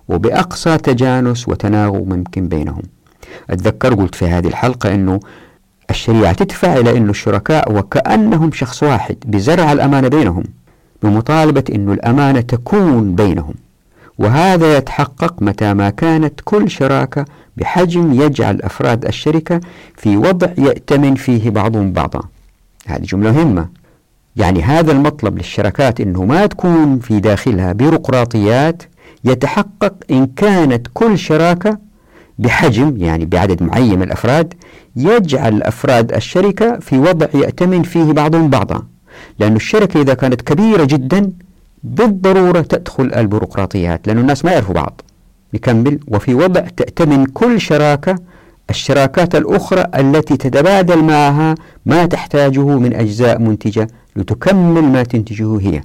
وبأقصى تجانس وتناغم ممكن بينهم. أتذكر قلت في هذه الحلقة أنه الشريعة تدفع إلى أن الشركاء وكأنهم شخص واحد بزرع الأمانة بينهم، بمطالبة أن الأمانة تكون بينهم، وهذا يتحقق متى ما كانت كل شراكة بحجم يجعل أفراد الشركة في وضع يأتمن فيه بعضهم بعضا. هذه جملة مهمة. يعني هذا المطلب للشركات أنه ما تكون في داخلها بيروقراطيات يتحقق إن كانت كل شراكة بحجم، يعني بعدد معين من الأفراد، يجعل أفراد الشركة في وضع يأتمن فيه بعضهم بعضا. لأن الشركة إذا كانت كبيرة جدا بالضرورة تدخل البيروقراطيات، لأن الناس ما يعرفوا بعض. نكمل. وفي وضع تأتمن كل شراكة الشراكات الأخرى التي تتبادل معها ما تحتاجه من أجزاء منتجة لتكمل ما تنتجه هي.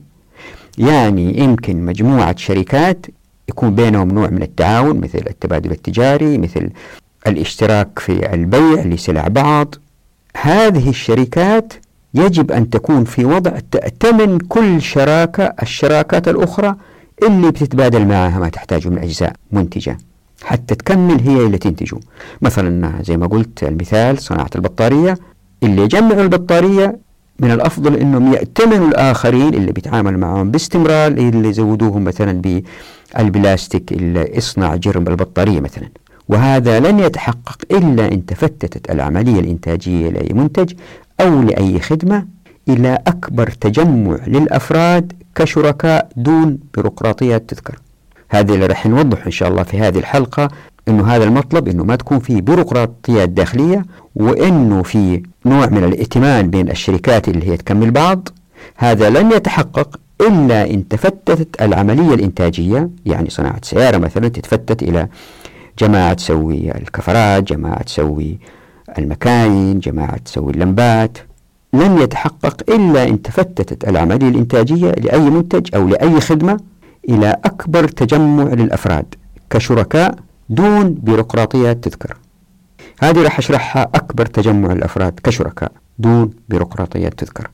يعني يمكن مجموعة شركات يكون بينهم نوع من التعاون، مثل التبادل التجاري، مثل الاشتراك في البيع لسلع بعض. هذه الشركات يجب أن تكون في وضع تأتمن كل شراكة الشراكات الأخرى اللي بتتبادل معها ما تحتاجه من أجزاء منتجة حتى تكمل هي اللي تنتجه. مثلا زي ما قلت المثال صناعة البطارية، اللي يجمعوا البطارية من الأفضل أنهم يأتمنوا الآخرين اللي بيتعامل معهم باستمرار، اللي يزودوهم مثلا بالبلاستيك اللي يصنع جرم البطارية مثلا. وهذا لن يتحقق إلا إن تفتتت العملية الإنتاجية لأي منتج أو لأي خدمة إلى أكبر تجمع للأفراد كشركاء دون بيروقراطيات تذكر. هذه اللي رح نوضح إن شاء الله في هذه الحلقة، إنه هذا المطلب إنه ما تكون فيه بيروقراطيات داخلية، وإنه في نوع من الائتمان بين الشركات اللي هي تكمل بعض. هذا لن يتحقق إلا إن تفتتت العملية الإنتاجية. يعني صناعة سيارة مثلا تتفتت إلى جماعة تسوي الكفرات، جماعة تسوي المكاين، جماعة تسوي اللمبات. لن يتحقق إلا إن تفتتت العملية الإنتاجية لأي منتج أو لأي خدمة إلى أكبر تجمع للأفراد كشركاء دون بيروقراطيات تذكر. هذه رح أشرحها، أكبر تجمع الأفراد كشركاء دون بيروقراطيات تذكر.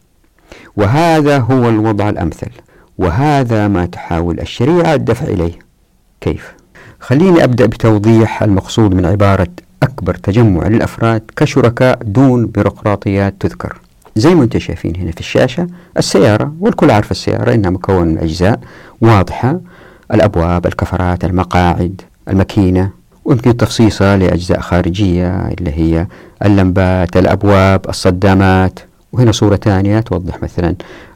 وهذا هو الوضع الأمثل، وهذا ما تحاول الشريعة الدفع إليه. كيف؟ خليني أبدأ بتوضيح المقصود من عبارة أكبر تجمع للأفراد كشركاء دون بيروقراطيات تذكر. زي ما انتم شايفين هنا في الشاشة السيارة، والكل عارف السيارة إنها مكون من أجزاء واضحة: الأبواب، الكفرات، المقاعد، الماكينة، ويمكن تفصيصها لأجزاء خارجية اللي هي اللمبات، الأبواب، الصدامات. وهنا صورة ثانية توضح مثلا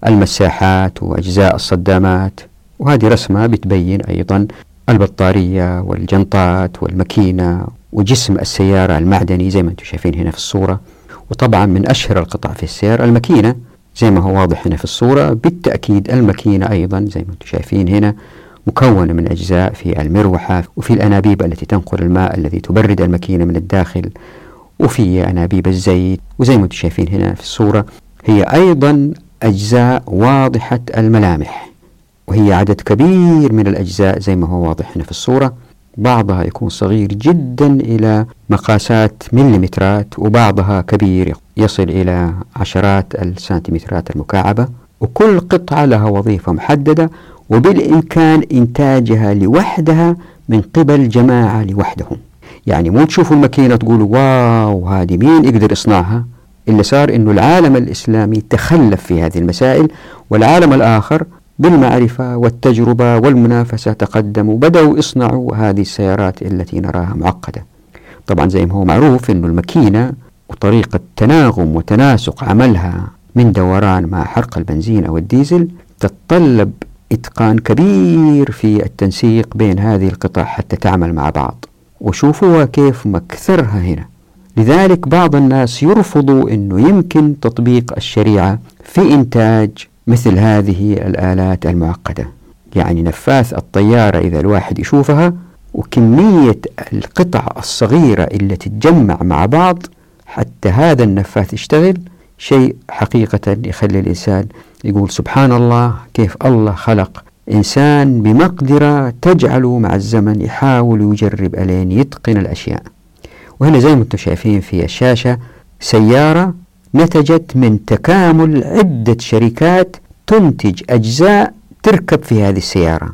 المساحات وأجزاء الصدامات. وهذه رسمة بتبين أيضا البطارية والجنطات والماكينة وجسم السيارة المعدني زي ما انتم شايفين هنا في الصورة. وطبعا من أشهر القطع في السيارة الماكينة زي ما هو واضح هنا في الصورة. بالتأكيد الماكينة أيضا زي ما انتم شايفين هنا مكونة من أجزاء في المروحة، وفي الأنابيب التي تنقل الماء الذي تبرد الماكينة من الداخل، وفي أنابيب الزيت. وزي ما انتم شايفين هنا في الصورة هي أيضا أجزاء واضحة الملامح، وهي عدد كبير من الأجزاء زي ما هو واضح هنا في الصورة. بعضها يكون صغير جدا إلى مقاسات مليمترات، وبعضها كبير يصل إلى عشرات السنتيمترات المكعبة. وكل قطعة لها وظيفة محددة، وبالإمكان إنتاجها لوحدها من قبل جماعة لوحدهم. يعني مو تشوفوا الماكينة تقولوا واو هذه مين يقدر يصنعها. اللي صار إنه العالم الإسلامي تخلف في هذه المسائل، والعالم الآخر بالمعرفة والتجربة والمنافسة تقدموا وبدأوا يصنعوا هذه السيارات التي نراها معقدة. طبعا زي ما هو معروف إنه الماكينة وطريقة تناغم وتناسق عملها من دوران مع حرق البنزين أو الديزل تتطلب إتقان كبير في التنسيق بين هذه القطع حتى تعمل مع بعض. وشوفوا كيف مكثرها هنا. لذلك بعض الناس يرفضوا أنه يمكن تطبيق الشريعة في إنتاج مثل هذه الآلات المعقدة. يعني نفاث الطيارة إذا الواحد يشوفها وكمية القطع الصغيرة اللي تتجمع مع بعض حتى هذا النفاث يشتغل، شيء حقيقة يخلي الإنسان يقول سبحان الله كيف الله خلق إنسان بمقدرة تجعله مع الزمن يحاول ويجرب ألين يتقن الأشياء. وهنا زي ما انتم شايفين في الشاشة سيارة نتجت من تكامل عدة شركات تنتج أجزاء تركب في هذه السيارة.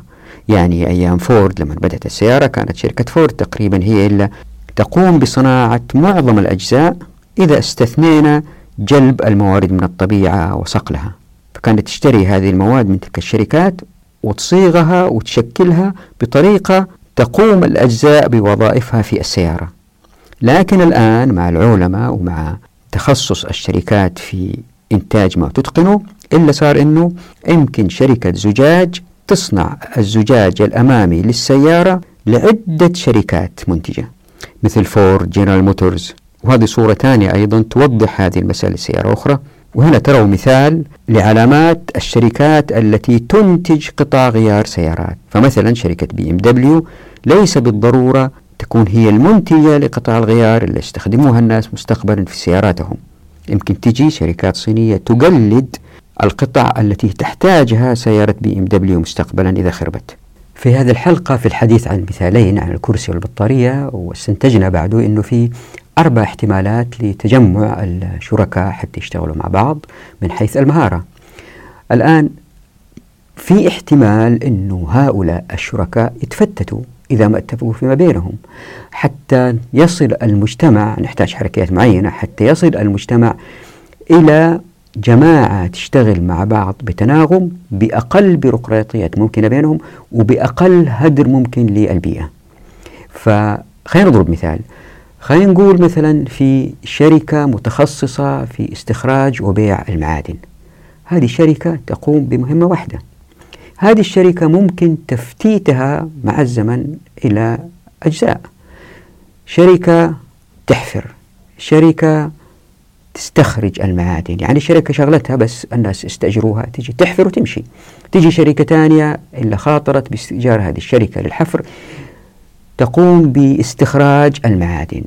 يعني أيام فورد لما بدأت السيارة كانت شركة فورد تقريبا هي اللي تقوم بصناعة معظم الأجزاء إذا استثنينا جلب الموارد من الطبيعة وصقلها، فكانت تشتري هذه المواد من تلك الشركات وتصيغها وتشكلها بطريقة تقوم الأجزاء بوظائفها في السيارة. لكن الآن مع العولمة ومع تخصص الشركات في إنتاج ما تتقنه، إلا صار إنه يمكن شركة زجاج تصنع الزجاج الأمامي للسيارة لعدة شركات منتجة مثل فورد، جنرال موتورز، وهذه صورة ثانية أيضا توضح هذه المسألة لسيارة أخرى. وهنا تروا مثال لعلامات الشركات التي تنتج قطع غيار سيارات. فمثلا شركة بي ام دبليو ليس بالضرورة تكون هي المنتجة لقطع الغيار اللي يستخدموها الناس مستقبلا في سياراتهم، يمكن تجي شركات صينية تقلد القطع التي تحتاجها سيارة بي ام دبليو مستقبلا إذا خربت. في هذه الحلقة في الحديث عن مثالين عن الكرسي والبطارية، واستنتجنا بعده أنه في أربع احتمالات لتجمع الشركاء حتى يشتغلوا مع بعض من حيث المهارة. الآن في احتمال أنه هؤلاء الشركاء يتفتتوا إذا ما اتفقوا فيما بينهم، حتى يصل المجتمع، نحتاج حركات معينة حتى يصل المجتمع إلى جماعة تشتغل مع بعض بتناغم بأقل بيروقراطيات ممكنة بينهم وبأقل هدر ممكن للبيئة. فخلينا نضرب مثال، خلينا نقول مثلا في شركة متخصصة في استخراج وبيع المعادن. هذه الشركة تقوم بمهمة واحدة، هذه الشركة ممكن تفتيتها مع الزمن إلى أجزاء، شركة تحفر، شركة تستخرج المعادن، يعني شركة شغلتها بس الناس استأجروها تيجي تحفر وتمشي. تيجي شركة تانية اللي خاطرت باستئجار هذه الشركة للحفر تقوم باستخراج المعادن،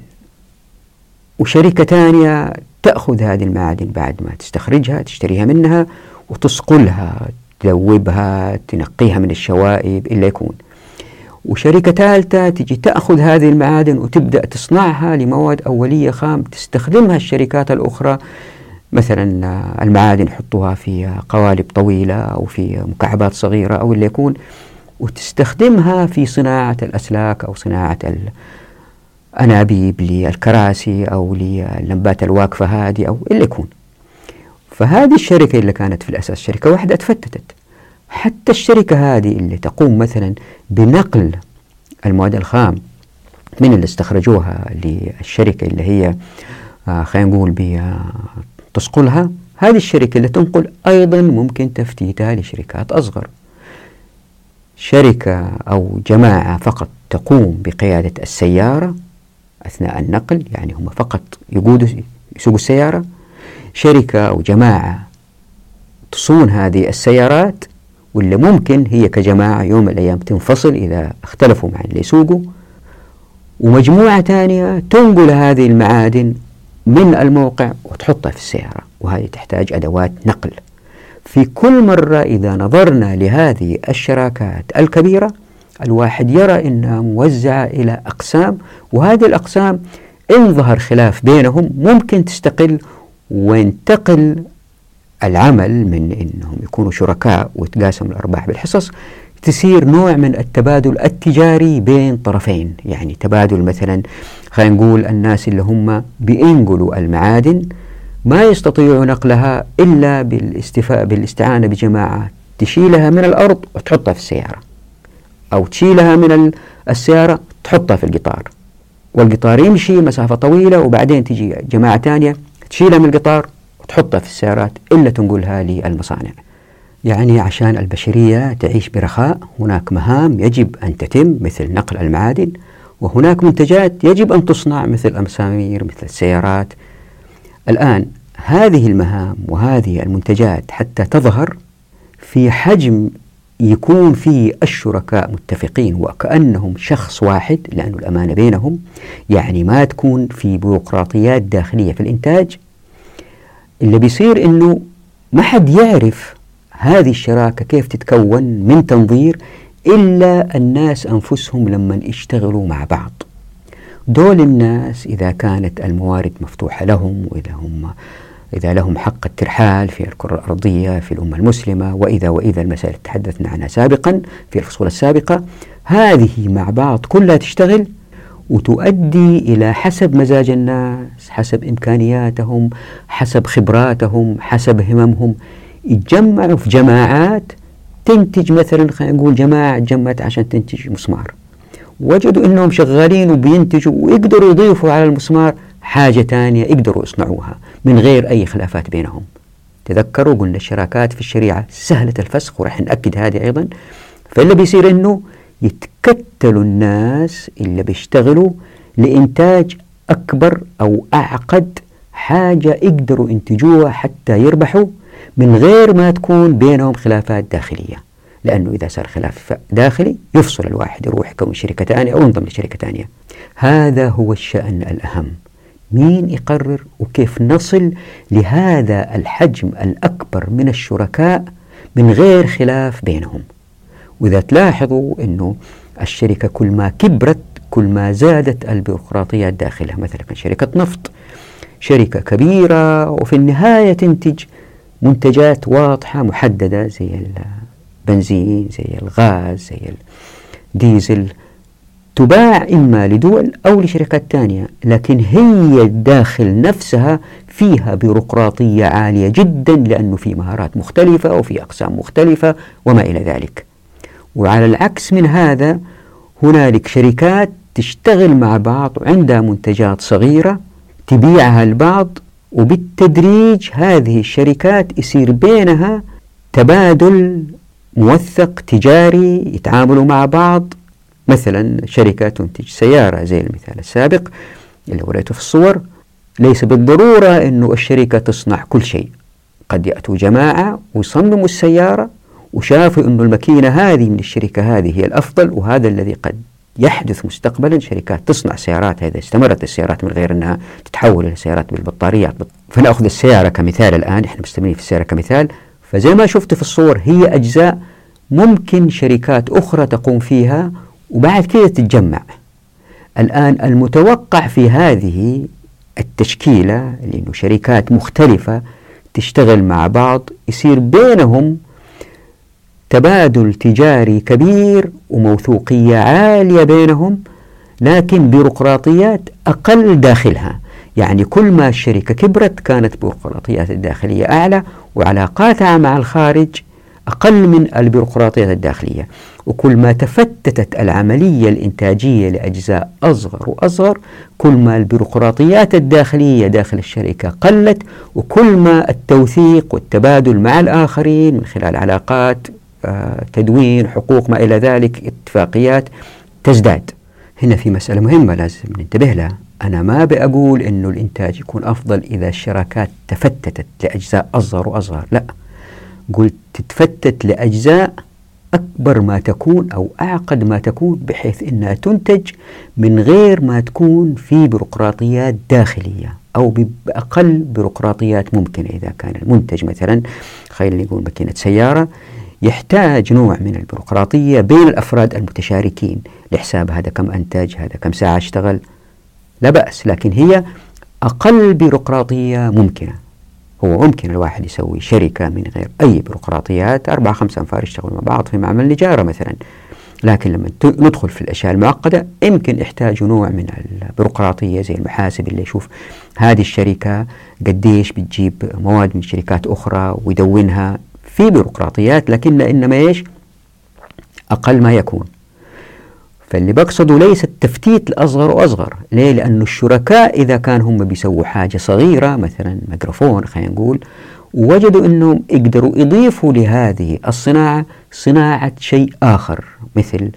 وشركة تانية تأخذ هذه المعادن بعد ما تستخرجها تشتريها منها وتصقلها، تذوبها، تنقيها من الشوائب إلا يكون، وشركة ثالثة تجي تأخذ هذه المعادن وتبدأ تصنعها لمواد أولية خام تستخدمها الشركات الأخرى، مثلا المعادن يحطوها في قوالب طويلة أو في مكعبات صغيرة أو اللي يكون، وتستخدمها في صناعة الأسلاك أو صناعة الأنابيب للكراسي أو لللمبات الواقفة هذه أو اللي يكون. فهذه الشركة اللي كانت في الأساس شركة واحدة اتفتتت. حتى الشركة هذه اللي تقوم مثلا بنقل المواد الخام من اللي استخرجوها للشركة اللي هي آه خلينا نقول بتصقلها، هذه الشركة اللي تنقل أيضا ممكن تفتيتها لشركات أصغر. شركة أو جماعة فقط تقوم بقيادة السيارة أثناء النقل، يعني هم فقط يقودوا يسوقوا السيارة. شركة أو جماعة تصون هذه السيارات، واللي ممكن هي كجماعة يوم من الأيام تنفصل إذا اختلفوا مع اللي يسوقوا، ومجموعة ثانية تنقل هذه المعادن من الموقع وتحطها في السيارة، وهذه تحتاج أدوات نقل. في كل مرة إذا نظرنا لهذه الشراكات الكبيرة الواحد يرى أنها موزعة إلى أقسام، وهذه الأقسام إن ظهر خلاف بينهم ممكن تستقل وينتقل العمل من أنهم يكونوا شركاء ويتقاسموا الأرباح بالحصص، تصير نوع من التبادل التجاري بين طرفين. يعني تبادل مثلا خلينا نقول الناس اللي هم بينقلوا المعادن ما يستطيعوا نقلها إلا بالاستفاء بالاستعانة بجماعة تشيلها من الأرض وتحطها في السيارة، أو تشيلها من السيارة تحطها في القطار، والقطار يمشي مسافة طويلة وبعدين تجي جماعة تانية تشيلها من القطار وتحطها في السيارات إلا تنقلها للمصانع. يعني عشان البشرية تعيش برخاء هناك مهام يجب أن تتم مثل نقل المعادن، وهناك منتجات يجب أن تصنع مثل المسامير مثل السيارات. الآن هذه المهام وهذه المنتجات حتى تظهر في حجم يكون فيه الشركاء متفقين وكأنهم شخص واحد، لأن الأمانة بينهم، يعني ما تكون في بيروقراطيات داخلية في الإنتاج. اللي بيصير إنه ما حد يعرف هذه الشراكة كيف تتكون من تنظير إلا الناس أنفسهم لما يشتغلوا مع بعض. دول الناس إذا كانت الموارد مفتوحة لهم وإذا هم إذا لهم حق الترحال في الكرة الأرضية في الأمة المسلمة، وإذا وإذا المسائل تحدثنا عنها سابقا في الفصول السابقة. هذه مع بعض كلها تشتغل وتؤدي إلى حسب مزاج الناس، حسب إمكانياتهم، حسب خبراتهم، حسب هممهم، يتجمعوا في جماعات تنتج. مثلا خلينا نقول جماعة تجمعت عشان تنتج مسمار، وجدوا أنهم شغالين وبينتجوا ويقدروا يضيفوا على المسمار حاجة تانية يقدروا يصنعوها من غير أي خلافات بينهم. تذكروا قلنا الشراكات في الشريعة سهلة الفسخ، ورح نأكد هذه أيضا. فاللي بيصير أنه يتكتلوا الناس اللي بيشتغلوا لإنتاج أكبر أو أعقد حاجة يقدروا ينتجوها حتى يربحوا من غير ما تكون بينهم خلافات داخلية، لأنه إذا صار خلاف داخلي يفصل الواحد يروح يكون شركة ثانية أو ينضم لشركة ثانية. هذا هو الشأن الأهم، مين يقرر وكيف نصل لهذا الحجم الأكبر من الشركاء من غير خلاف بينهم. وإذا تلاحظوا أنه الشركة كل ما كبرت كل ما زادت البيروقراطية داخلها. مثلا شركة نفط شركة كبيرة وفي النهاية تنتج منتجات واضحة محددة زي البنزين زي الغاز زي الديزل، تباع إما لدول أو لشركات تانية، لكن هي الداخل نفسها فيها بيروقراطية عالية جدا، لأنه في مهارات مختلفة وفي أقسام مختلفة وما إلى ذلك. وعلى العكس من هذا هنالك شركات تشتغل مع بعض وعندها منتجات صغيرة تبيعها البعض، وبالتدريج هذه الشركات يصير بينها تبادل موثق تجاري، يتعاملوا مع بعض. مثلا شركة تنتج سيارة زي المثال السابق اللي وريته في الصور، ليس بالضرورة أنه الشركة تصنع كل شيء، قد يأتوا جماعة ويصمموا السيارة وشافوا أنه الماكينة هذه من الشركة هذه هي الأفضل، وهذا الذي قد يحدث مستقبلا. شركات تصنع سيارات، هذا استمرت السيارات من غير أنها تتحول إلى سيارات بالبطاريات. فنأخذ السيارة كمثال الآن، إحنا مستمرين في السيارة كمثال. فزي ما شفت في الصور هي أجزاء ممكن شركات أخرى تقوم فيها وبعد كده تتجمع. الآن المتوقع في هذه التشكيلة لأنه شركات مختلفة تشتغل مع بعض، يصير بينهم تبادل تجاري كبير وموثوقية عالية بينهم، لكن بيروقراطيات أقل داخلها. يعني كل ما الشركة كبرت كانت بيروقراطيات الداخلية أعلى وعلاقاتها مع الخارج أقل من البيروقراطيات الداخلية. وكل ما تفتتت العملية الإنتاجية لأجزاء أصغر وأصغر كل ما البيروقراطيات الداخلية داخل الشركة قلت، وكل ما التوثيق والتبادل مع الآخرين من خلال علاقات آه، تدوين حقوق ما إلى ذلك اتفاقيات تزداد. هنا في مسألة مهمة لازم ننتبه لها. أنا ما بأقول إنه الإنتاج يكون أفضل إذا الشراكات تفتتت لأجزاء أصغر وأصغر، لا، قلت تتفتت لأجزاء أكبر ما تكون أو أعقد ما تكون، بحيث أنها تنتج من غير ما تكون في بيروقراطيات داخلية أو بأقل بيروقراطيات ممكنة. إذا كان المنتج مثلا خلينا نقول ماكينة سيارة يحتاج نوع من البيروقراطية بين الأفراد المتشاركين لحساب هذا كم أنتج هذا كم ساعة اشتغل، لا بأس، لكن هي أقل بيروقراطية ممكنة. هو ممكن الواحد يسوي شركة من غير أي بيروقراطيات، أربعة خمسة أنفار يشتغلوا مع بعض في معمل نجارة مثلا، لكن لما ندخل في الأشياء المعقدة يمكن يحتاج نوع من البيروقراطية زي المحاسب اللي يشوف هذه الشركة قديش بتجيب مواد من شركات أخرى ويدونها، في بيروقراطيات لكن إنما إيش أقل ما يكون. فاللي بقصده ليس التفتيت الأصغر وأصغر. ليه؟ لأن الشركاء إذا كان هم بيسووا حاجة صغيرة مثلا ميكروفون خلينا نقول، ووجدوا أنهم يقدروا يضيفوا لهذه الصناعة صناعة شيء آخر مثل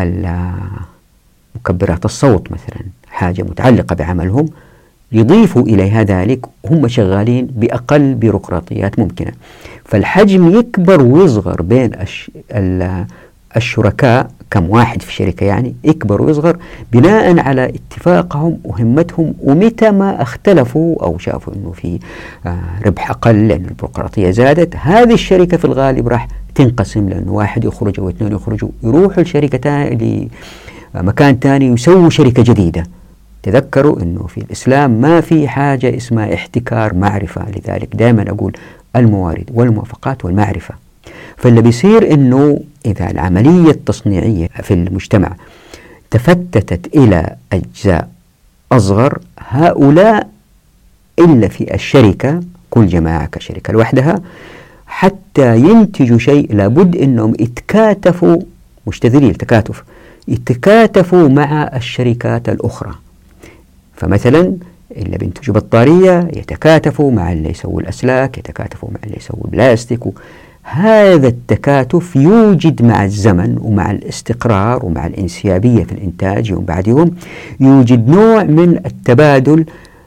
مكبرات الصوت مثلا، حاجة متعلقة بعملهم، يضيفوا إليها ذلك وهم شغالين بأقل بيروقراطيات ممكنة. فالحجم يكبر ويصغر بين الش... الشركاء كم واحد في الشركة، يعني يكبر ويصغر بناء على اتفاقهم وهمتهم، ومتى ما اختلفوا أو شافوا أنه في ربح أقل لأن البيروقراطية زادت، هذه الشركة في الغالب راح تنقسم، لأنه واحد يخرج أو اثنين يخرجوا يروحوا لشركة لمكان تاني ويسووا شركة جديدة، تذكروا أنه في الإسلام ما في حاجة اسمها احتكار معرفة، لذلك دائما أقول الموارد والموافقات والمعرفة. فاللي بيصير أنه إذا العملية التصنيعية في المجتمع تفتتت إلى أجزاء أصغر، هؤلاء إلا في الشركة، كل جماعة كشركة لوحدها، حتى ينتجوا شيء لابد أنهم يتكاتفوا، مش تذليل، تكاتف، يتكاتفوا مع الشركات الأخرى. فمثلا اللي بينتجوا بطارية يتكاتفوا مع اللي يسووا الأسلاك، يتكاتفوا مع اللي يسووا البلاستيك. هذا التكاتف يوجد مع الزمن ومع الاستقرار ومع الانسيابية في الإنتاج يوم بعد يوم، يوجد نوع من التبادل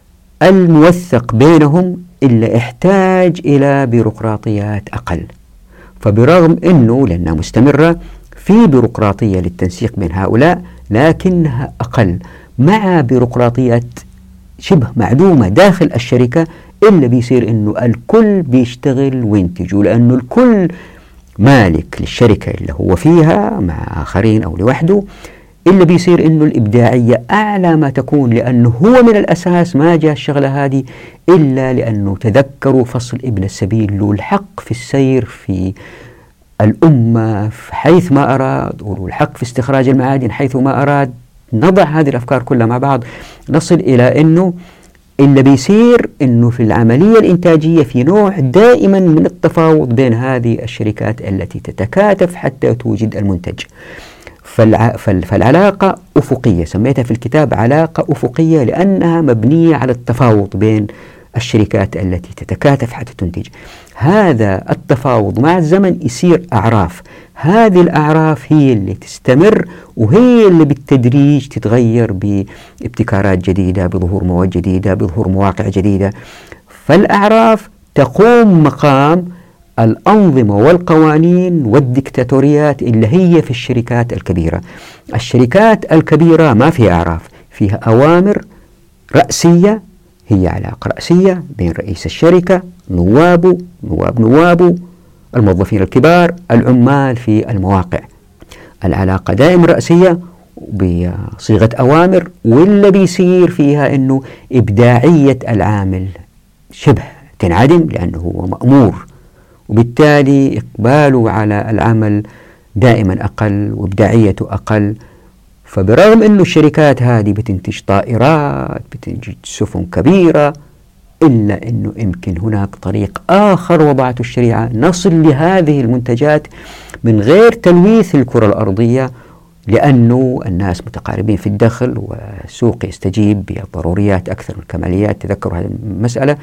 الموثق بينهم، إلا يحتاج إلى بيروقراطيات أقل. فبرغم أنه لأنها مستمرة في بيروقراطية للتنسيق بين هؤلاء، لكنها أقل مع بيروقراطيات شبه معدومة داخل الشركة، إلا بيصير أنه الكل بيشتغل وينتجوا، لأنه الكل مالك للشركة اللي هو فيها مع آخرين أو لوحده. إلا بيصير أنه الإبداعية أعلى ما تكون، لأنه هو من الأساس ما جاء الشغلة هذه إلا لأنه تذكروا فصل ابن السبيل له الحق في السير في الأمة حيث ما أراد، وله الحق في استخراج المعادن حيث ما أراد. نضع هذه الأفكار كلها مع بعض نصل إلى أنه اللي بيصير أنه في العملية الإنتاجية في نوع دائما من التفاوض بين هذه الشركات التي تتكاتف حتى توجد المنتج. فالع... فالعلاقة أفقية، سميتها في الكتاب علاقة أفقية لأنها مبنية على التفاوض بين الشركات التي تتكاتف حتى تنتج. هذا التفاوض مع الزمن يصير أعراف، هذه الأعراف هي اللي تستمر، وهي اللي بالتدريج تتغير بابتكارات جديدة، بظهور مواد جديدة، بظهور مواقع جديدة. فالأعراف تقوم مقام الأنظمة والقوانين والديكتاتوريات اللي هي في الشركات الكبيرة. الشركات الكبيرة ما فيها أعراف، فيها أوامر رأسية، هي علاقة رأسية بين رئيس الشركة، نوابه، نواب نوابه، الموظفين الكبار، العمال في المواقع. العلاقة دائما رأسية بصيغة أوامر، واللي بيصير فيها أنه إبداعية العامل شبه تنعدم لأنه هو مأمور، وبالتالي إقباله على العمل دائما أقل وإبداعيته أقل. فبرغم أنه الشركات هذه بتنتج طائرات، بتنتج سفن كبيرة، إلا أنه يمكن هناك طريق آخر وضعته الشريعة نصل لهذه المنتجات من غير تلويث الكرة الأرضية، لأنه الناس متقاربين في الدخل والسوق يستجيب بالضروريات أكثر من الكماليات، تذكروا هذه المسألة،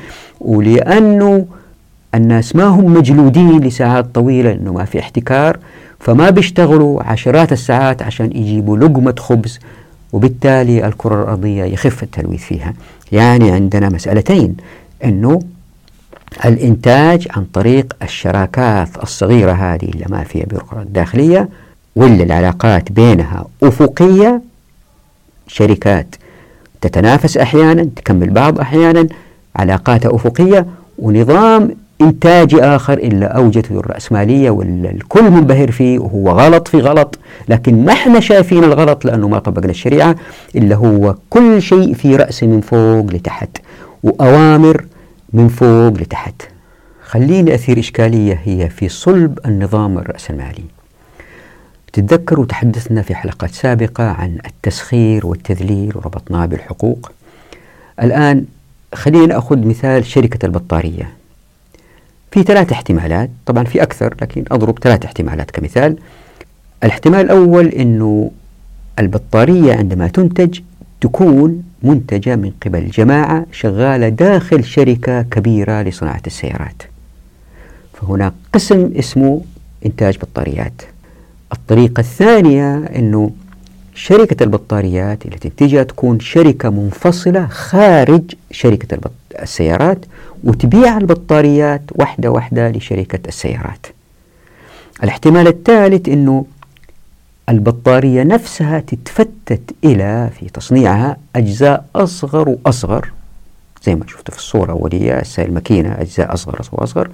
ولأنه الناس ما هم مجلودين لساعات طويلة لأنه ما في احتكار، فما بيشتغلوا عشرات الساعات عشان يجيبوا لقمة خبز، وبالتالي الكرة الأرضية يخف التلويث فيها. يعني عندنا مسألتين، أنه الإنتاج عن طريق الشراكات الصغيرة هذه اللي ما فيها بيروقراطية داخلية، واللي العلاقات بينها أفقية، شركات تتنافس أحيانا، تكمل بعض أحيانا، علاقاتها أفقية، ونظام إنتاجي آخر إلا أوجته الرأسمالية والكل منبهر فيه، وهو غلط في غلط، لكن ما احنا شايفين الغلط لأنه ما طبقنا الشريعة، إلا هو كل شيء في رأس من فوق لتحت، وأوامر من فوق لتحت. خليني أثير إشكالية هي في صلب النظام الرأسمالي. تتذكروا تحدثنا في حلقات سابقة عن التسخير والتذليل وربطناه بالحقوق. الآن خلينا نأخذ مثال شركة البطارية. في ثلاث احتمالات، طبعا في أكثر لكن أضرب ثلاث احتمالات كمثال. الاحتمال الأول أنه البطارية عندما تنتج تكون منتجة من قبل جماعة شغالة داخل شركة كبيرة لصناعة السيارات، فهناك قسم اسمه إنتاج بطاريات. الطريقة الثانية أنه شركة البطاريات اللي تنتجها تكون شركة منفصلة خارج شركة السيارات، وتبيع البطاريات واحدة واحدة لشركة السيارات. الاحتمال الثالث أنه البطارية نفسها تتفتت إلى في تصنيعها أجزاء أصغر وأصغر، زي ما شفت في الصورة الأولية الماكينة أجزاء أصغر أصغر أصغر.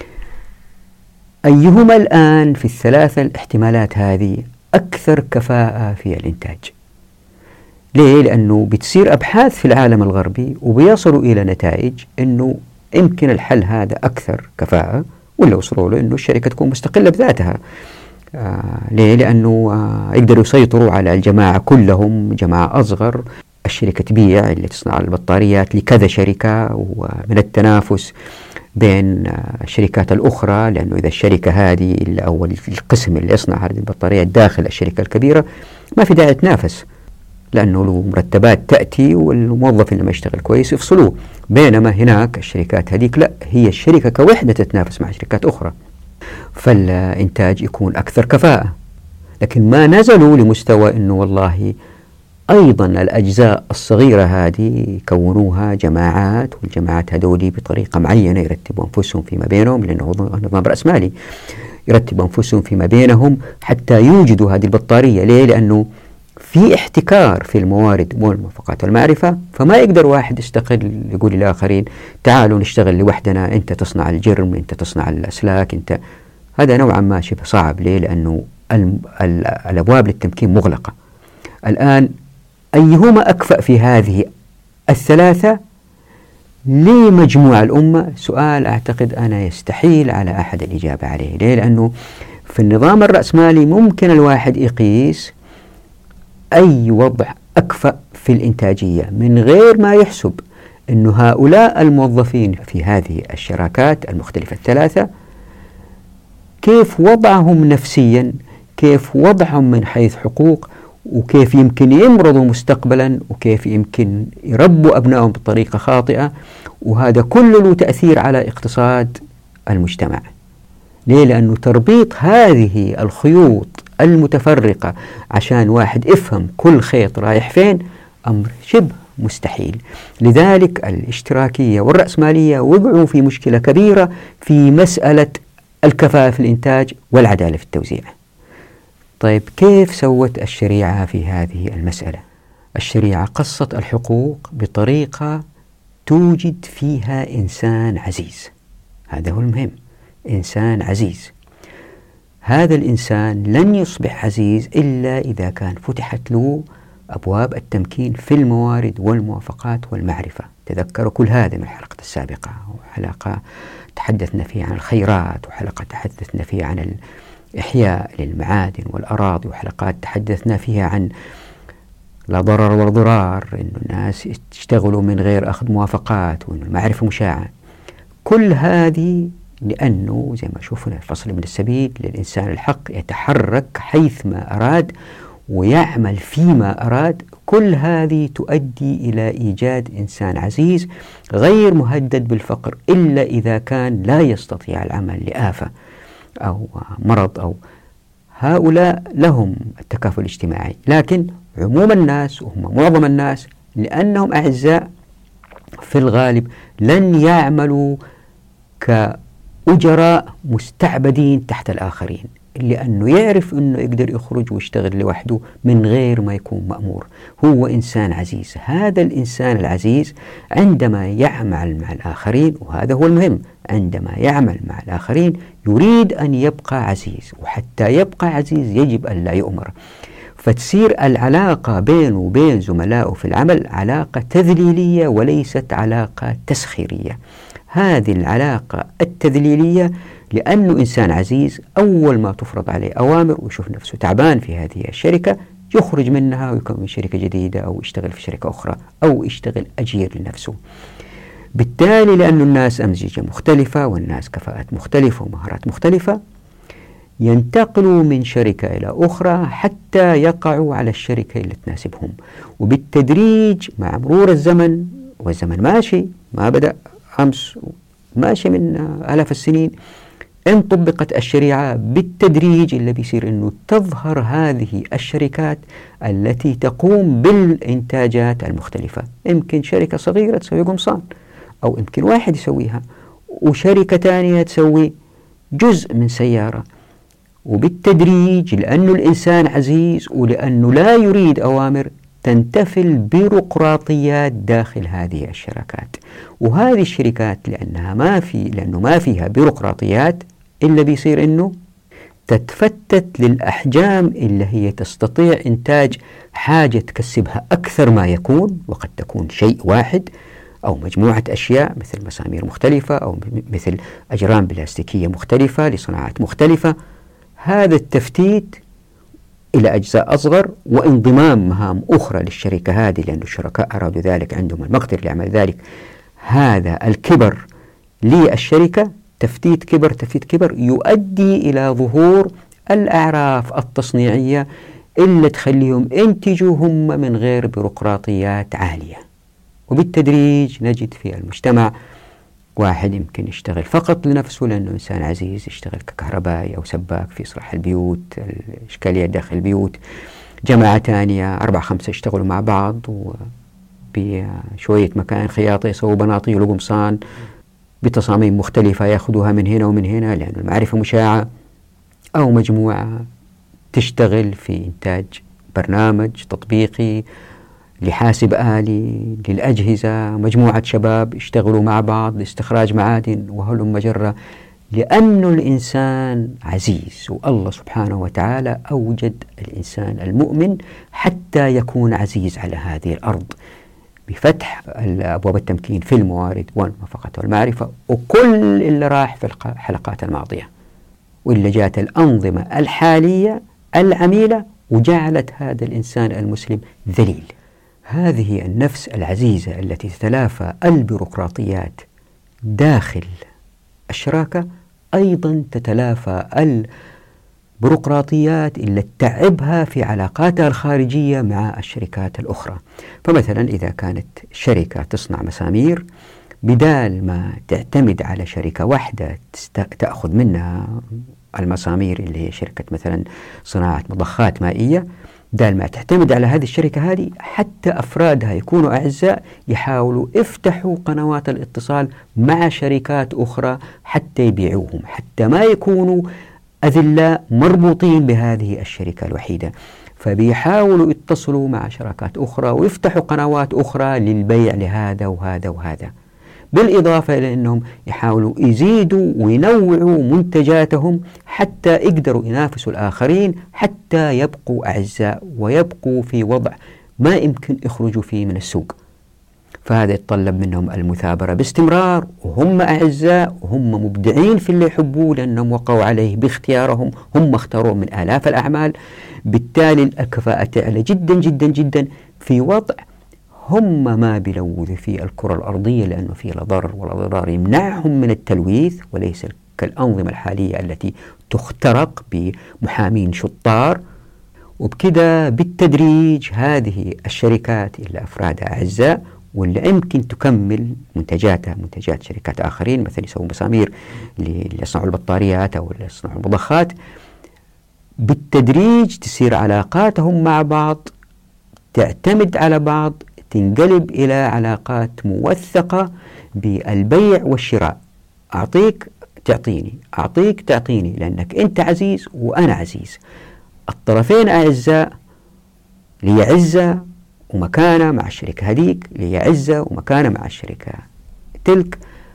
أيهما الآن في الثلاثة الاحتمالات هذه أكثر كفاءة في الإنتاج؟ ليه؟ لأنه بتصير أبحاث في العالم الغربي وبيصلوا إلى نتائج أنه يمكن الحل هذا أكثر كفاءة، ولا وصلوا له أنه الشركة تكون مستقلة بذاتها. آه ليه؟ لأنه آه يقدروا يسيطروا على الجماعة كلهم، جماعة أصغر. الشركة تبيع اللي تصنع البطاريات لكذا شركة، ومن التنافس بين الشركات الأخرى، لأنه إذا الشركة هذه أو القسم اللي يصنع هذه البطاريات داخل الشركة الكبيرة ما في داعي تنافس، لأنه له مرتبات تأتي والموظف اللي ما يشتغل كويس يفصلوه. بينما هناك الشركات هذيك لا، هي الشركة كوحدة تتنافس مع شركات أخرى، فالإنتاج يكون أكثر كفاءة. لكن ما نزلوا لمستوى أنه والله أيضا الأجزاء الصغيرة هذه يكونوها جماعات، والجماعات هذولي بطريقة معينة يرتبوا أنفسهم فيما بينهم، لأنه نظام رأسمالي يرتبوا أنفسهم فيما بينهم حتى يوجدوا هذه البطارية. ليه؟ لأنه في احتكار في الموارد والموافقات والمعرفة، فما يقدر واحد يستقل يقول للآخرين تعالوا نشتغل لوحدنا، أنت تصنع الجرم، أنت تصنع الأسلاك، أنت. هذا نوعا ما شبه صعب. ليه؟ لأنه الأبواب للتمكين مغلقة. الآن أيهما أكفأ في هذه الثلاثة لمجموع الأمة؟ سؤال أعتقد أنا يستحيل على أحد الإجابة عليه. ليه؟ لأنه في النظام الرأسمالي ممكن الواحد يقيس أي وضع أكفأ في الإنتاجية من غير ما يحسب أن هؤلاء الموظفين في هذه الشراكات المختلفة الثلاثة كيف وضعهم نفسيا، كيف وضعهم من حيث حقوق، وكيف يمكن يمرضوا مستقبلا، وكيف يمكن يربوا أبنائهم بطريقة خاطئة، وهذا كله له تأثير على اقتصاد المجتمع. ليه؟ لأنه تربيط هذه الخيوط المتفرقة عشان واحد يفهم كل خيط رايح فين أمر شبه مستحيل. لذلك الاشتراكية والرأسمالية وقعوا في مشكلة كبيرة في مسألة الكفاءة في الإنتاج والعدالة في التوزيع. طيب كيف سوت الشريعة في هذه المسألة؟ الشريعة قصت الحقوق بطريقة توجد فيها إنسان عزيز. هذا هو المهم، إنسان عزيز. هذا الإنسان لن يصبح عزيز إلا إذا كان فتحت له أبواب التمكين في الموارد والموافقات والمعرفة. تذكروا كل هذا من الحلقة السابقة، وحلقة تحدثنا فيها عن الخيرات، وحلقة تحدثنا فيها عن الإحياء للمعادن والأراضي، وحلقات تحدثنا فيها عن لا ضرر ولا ضرار، إنه الناس يشتغلوا من غير أخذ موافقات، وإنه المعرفة مشاعة. كل هذه لأنه زي ما شوفنا الفصل من السبيل للإنسان الحق يتحرك حيثما أراد ويعمل فيما أراد. كل هذه تؤدي إلى إيجاد إنسان عزيز غير مهدد بالفقر إلا إذا كان لا يستطيع العمل لآفة أو مرض، أو هؤلاء لهم التكافل الاجتماعي. لكن عموم الناس وهم معظم الناس لأنهم أعزاء في الغالب لن يعملوا كأجراء مستعبدين تحت الآخرين، لأنه يعرف أنه يقدر يخرج ويشتغل لوحده من غير ما يكون مأمور. هو إنسان عزيز. هذا الإنسان العزيز عندما يعمل مع الآخرين، وهذا هو المهم، عندما يعمل مع الآخرين يريد أن يبقى عزيز، وحتى يبقى عزيز يجب أن لا يؤمر. فتصير العلاقة بينه وبين زملائه في العمل علاقة تذليلية وليست علاقة تسخيرية. هذه العلاقة التذليلية لأنه إنسان عزيز أول ما تفرض عليه أوامر ويشوف نفسه تعبان في هذه الشركة يخرج منها ويكون شركة جديدة أو يشتغل في شركة أخرى أو يشتغل أجير لنفسه. بالتالي لأن الناس أمزجة مختلفة والناس كفاءات مختلفة ومهارات مختلفة ينتقلوا من شركة إلى أخرى حتى يقعوا على الشركة اللي تناسبهم. وبالتدريج مع مرور الزمن، والزمن ماشي ما بدأ أمس، ماشي من آلاف السنين، إن طبقت الشريعة بالتدريج اللي بيصير إنه تظهر هذه الشركات التي تقوم بالإنتاجات المختلفة. يمكن شركة صغيرة تسوي قمصان، أو يمكن واحد يسويها، وشركة تانية تسوي جزء من سيارة. وبالتدريج لأنه الإنسان عزيز ولأنه لا يريد أوامر تنتفي البيروقراطيات داخل هذه الشركات. وهذه الشركات لأنها ما في لأنه ما فيها بيروقراطيات إلا بيصير إنه تتفتت للأحجام اللي هي تستطيع إنتاج حاجة تكسبها أكثر ما يكون، وقد تكون شيء واحد أو مجموعة أشياء مثل مسامير مختلفة أو مثل أجرام بلاستيكية مختلفة لصناعات مختلفة. هذا التفتيت إلى أجزاء أصغر وانضمام مهام أخرى للشركة هذه، لأن الشركاء أرادوا ذلك، عندهم المقدرة لعمل ذلك، هذا الكبر للشركة، تفتيت كبر تفتيت كبر يؤدي إلى ظهور الأعراف التصنيعية اللي تخليهم ينتجوا هم من غير بيروقراطيات عالية. وبالتدريج نجد في المجتمع واحد يمكن يشتغل فقط لنفسه لأنه إنسان عزيز، يشتغل ككهربائي أو سباك في إصلاح البيوت، الإشكالية داخل البيوت. جماعة ثانية أربعة خمسة يشتغلوا مع بعض وبشوية مكان خياطة يسووا بناطيل وقمصان بتصاميم مختلفة يأخذوها من هنا ومن هنا لأن المعرفة مشاعة. أو مجموعة تشتغل في إنتاج برنامج تطبيقي لحاسب آلي للأجهزة، مجموعة شباب يشتغلوا مع بعض لاستخراج معادن وهلم مجرة، لأن الإنسان عزيز، والله سبحانه وتعالى أوجد الإنسان المؤمن حتى يكون عزيز على هذه الأرض بفتح أبواب التمكين في الموارد والمرافقة والمعرفة، وكل اللي راح في الحلقات الماضية واللي جاءت الأنظمة الحالية العميلة وجعلت هذا الإنسان المسلم ذليل. هذه النفس العزيزة التي تتلافى البيروقراطيات داخل الشراكة أيضا تتلافى البيروقراطيات اللي تتعبها في علاقاتها الخارجية مع الشركات الأخرى. فمثلا إذا كانت شركة تصنع مسامير، بدال ما تعتمد على شركة واحدة تأخذ منها المسامير اللي هي شركة مثلا صناعة مضخات مائية، بدال ما تعتمد على هذه الشركة هذه حتى أفرادها يكونوا أعزاء يحاولوا يفتحوا قنوات الاتصال مع شركات أخرى حتى يبيعوهم، حتى ما يكونوا أذلاء مربوطين بهذه الشركة الوحيدة. فبيحاولوا يتصلوا مع شركات أخرى ويفتحوا قنوات أخرى للبيع لهذا وهذا وهذا، بالإضافة إلى أنهم يحاولوا يزيدوا وينوعوا منتجاتهم حتى يقدروا ينافسوا الآخرين، حتى يبقوا أعزاء ويبقوا في وضع ما يمكن يخرجوا فيه من السوق. فهذا يتطلب منهم المثابرة باستمرار، وهم أعزاء وهم مبدعين في اللي يحبوه لأنهم وقعوا عليه باختيارهم، هم اختاروا من آلاف الأعمال. بالتالي الكفاءة تعلى جدا جدا جدا في وضع هم ما بيلوثوا في الكرة الأرضية، لأنه في لا ضرر ولا ضرار يمنعهم من التلويث، وليس كالأنظمة الحالية التي تخترق بمحامين شطار. وبكذا بالتدريج هذه الشركات اللي أفرادها أعزاء واللي يمكن تكمل منتجاتها منتجات شركات آخرين، مثلا يسووا مسامير اللي يصنعوا البطاريات أو اللي يصنعوا المضخات، بالتدريج تصير علاقاتهم مع بعض تعتمد على بعض، تنقلب إلى علاقات موثقة بالبيع والشراء. أعطيك تعطيني، أعطيك تعطيني، لأنك أنت عزيز وأنا عزيز، الطرفين أعزاء، لي عزة ومكانة مع الشركة هذيك، لي عزة ومكانة مع الشركة تلك.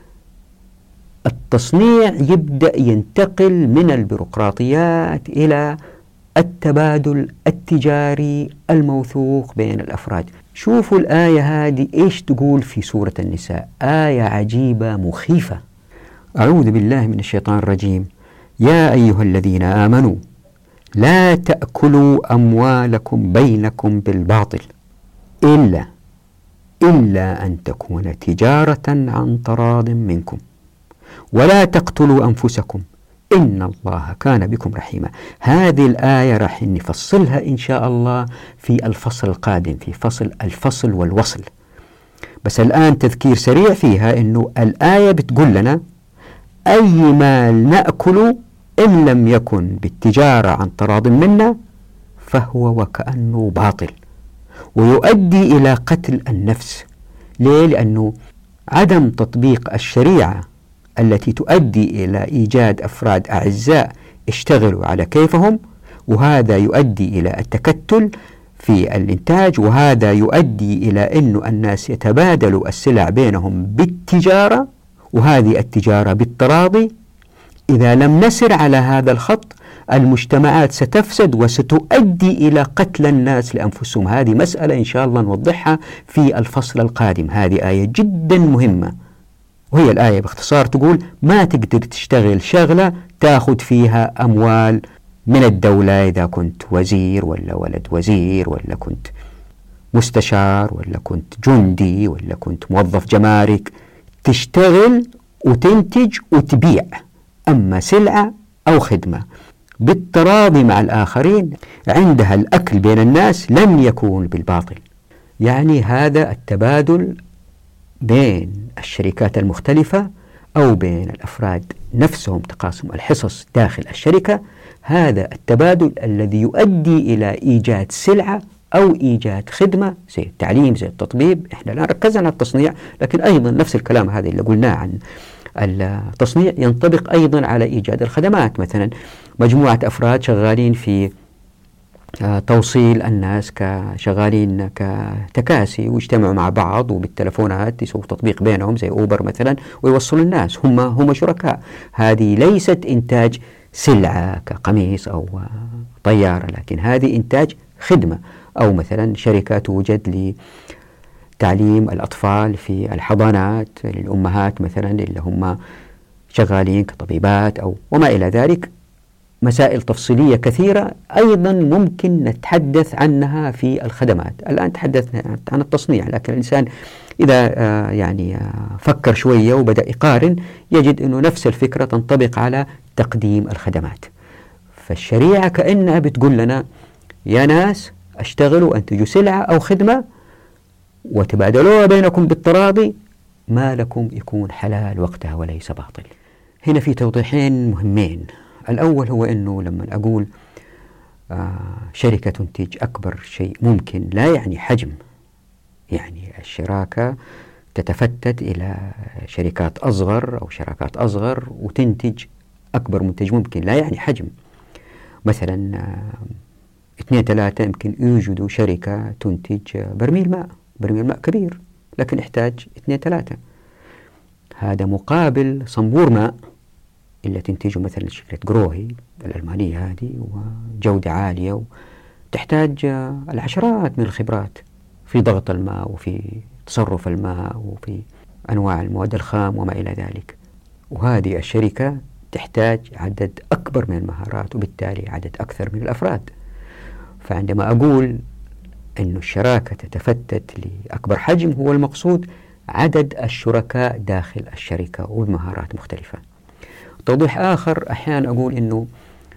التصنيع يبدأ ينتقل من البيروقراطيات إلى التبادل التجاري الموثوق بين الأفراد. شوفوا الآية هذه إيش تقول في سورة النساء، آية عجيبة مخيفة. أعوذ بالله من الشيطان الرجيم. يا أيها الذين آمنوا لا تأكلوا أموالكم بينكم بالباطل إلا إلا أن تكون تجارة عن تراض منكم ولا تقتلوا أنفسكم إن الله كان بكم رحيما. هذه الآية راح نفصلها إن شاء الله في الفصل القادم، في فصل الفصل والوصل. بس الآن تذكير سريع فيها إنه الآية بتقول لنا أي مال نأكل إن لم يكن بالتجارة عن تراض منا فهو وكأنه باطل ويؤدي إلى قتل النفس. ليه؟ لأنه عدم تطبيق الشريعة التي تؤدي إلى إيجاد أفراد أعزاء اشتغلوا على كيفهم، وهذا يؤدي إلى التكتل في الإنتاج، وهذا يؤدي إلى أن الناس يتبادلوا السلع بينهم بالتجارة، وهذه التجارة بالتراضي. إذا لم نسر على هذا الخط المجتمعات ستفسد وستؤدي إلى قتل الناس لأنفسهم. هذه مسألة إن شاء الله نوضحها في الفصل القادم. هذه آية جدا مهمة، وهي الآية باختصار تقول ما تقدر تشتغل شغلة تأخذ فيها أموال من الدولة إذا كنت وزير ولا ولد وزير ولا كنت مستشار ولا كنت جندي ولا كنت موظف جمارك، تشتغل وتنتج وتبيع، أما سلعة أو خدمة بالتراضي مع الآخرين عندها الأكل بين الناس لم يكون بالباطل. يعني هذا التبادل بين الشركات المختلفة أو بين الأفراد نفسهم، تقاسم الحصص داخل الشركة، هذا التبادل الذي يؤدي إلى إيجاد سلعة أو إيجاد خدمة زي التعليم زي التطبيب. إحنا لا ركزنا على التصنيع، لكن أيضا نفس الكلام هذا اللي قلناه عن التصنيع ينطبق أيضا على إيجاد الخدمات. مثلا مجموعة أفراد شغالين في توصيل الناس كشغالين كتكاسي ويجتمعوا مع بعض وبالتلفونات يسووا تطبيق بينهم زي أوبر مثلا ويوصلوا الناس، هم هم شركاء. هذه ليست إنتاج سلعة كقميص أو طيارة، لكن هذه إنتاج خدمة. أو مثلا شركة توجد لتعليم الأطفال في الحضانات للأمهات مثلا اللي هم شغالين كطبيبات أو وما إلى ذلك. مسائل تفصيلية كثيرة أيضا ممكن نتحدث عنها في الخدمات. الآن تحدثنا عن التصنيع، لكن الإنسان إذا آه يعني آه فكر شوية وبدأ يقارن يجد أنه نفس الفكرة تنطبق على تقديم الخدمات. فالشريعة كأنها بتقول لنا يا ناس اشتغلوا أنتجوا سلعة أو خدمة وتبادلوها بينكم بالتراضي، ما لكم يكون حلال وقتها وليس باطل. هنا في توضيحين مهمين. الأول هو أنه لما أقول آه شركة تنتج أكبر شيء ممكن لا يعني حجم، يعني الشراكة تتفتت إلى شركات أصغر أو شراكات أصغر وتنتج أكبر منتج ممكن، لا يعني حجم. مثلا آه اثنين ثلاثة يمكن يوجدوا شركة تنتج برميل ماء، برميل ماء كبير لكن يحتاج اثنين ثلاثة، هذا مقابل صنبور ماء اللي تنتجه مثلا شركة جروهي الألمانية هذه وجودة عالية وتحتاج العشرات من الخبرات في ضغط الماء وفي تصرف الماء وفي أنواع المواد الخام وما إلى ذلك. وهذه الشركة تحتاج عدد أكبر من المهارات وبالتالي عدد أكثر من الأفراد. فعندما أقول أن الشراكة تتفتت لأكبر حجم هو المقصود عدد الشركاء داخل الشركة وبمهارات مختلفة. توضيح آخر أحيانا أقول أنه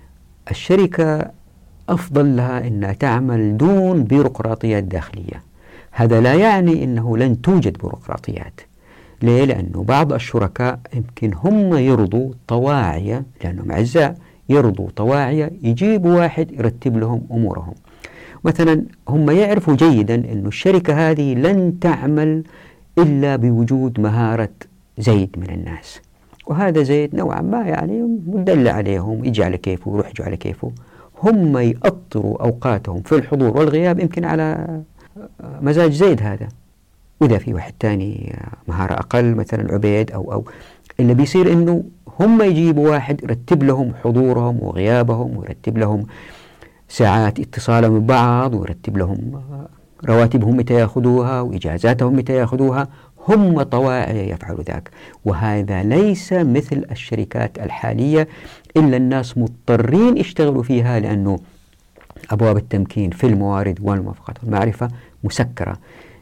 الشركة أفضل لها أنها تعمل دون بيروقراطيات داخلية. هذا لا يعني أنه لن توجد بيروقراطيات. ليه؟ لأنه بعض الشركاء يمكن هم يرضوا طواعية لأنهم أعزاء، يرضوا طواعية يجيبوا واحد يرتب لهم أمورهم. مثلا هم يعرفوا جيدا أن الشركة هذه لن تعمل إلا بوجود مهارة زيد من الناس، وهذا زيد نوعا ما يعني مدلع عليهم، يجي على كيفه ويروح يجي على كيفه. هم يأطروا أوقاتهم في الحضور والغياب يمكن على مزاج زيد هذا. وإذا في واحد تاني مهارة أقل مثلا عبيد أو أو اللي بيصير إنه هم يجيبوا واحد يرتب لهم حضورهم وغيابهم ويرتب لهم ساعات اتصالهم ببعض ويرتب لهم رواتبهم متى يأخذوها وإجازاتهم متى يأخذوها. هم طواعي يفعلوا ذاك، وهذا ليس مثل الشركات الحالية إلا الناس مضطرين يشتغلوا فيها لأنه أبواب التمكين في الموارد والموافقات والمعرفة مسكرة.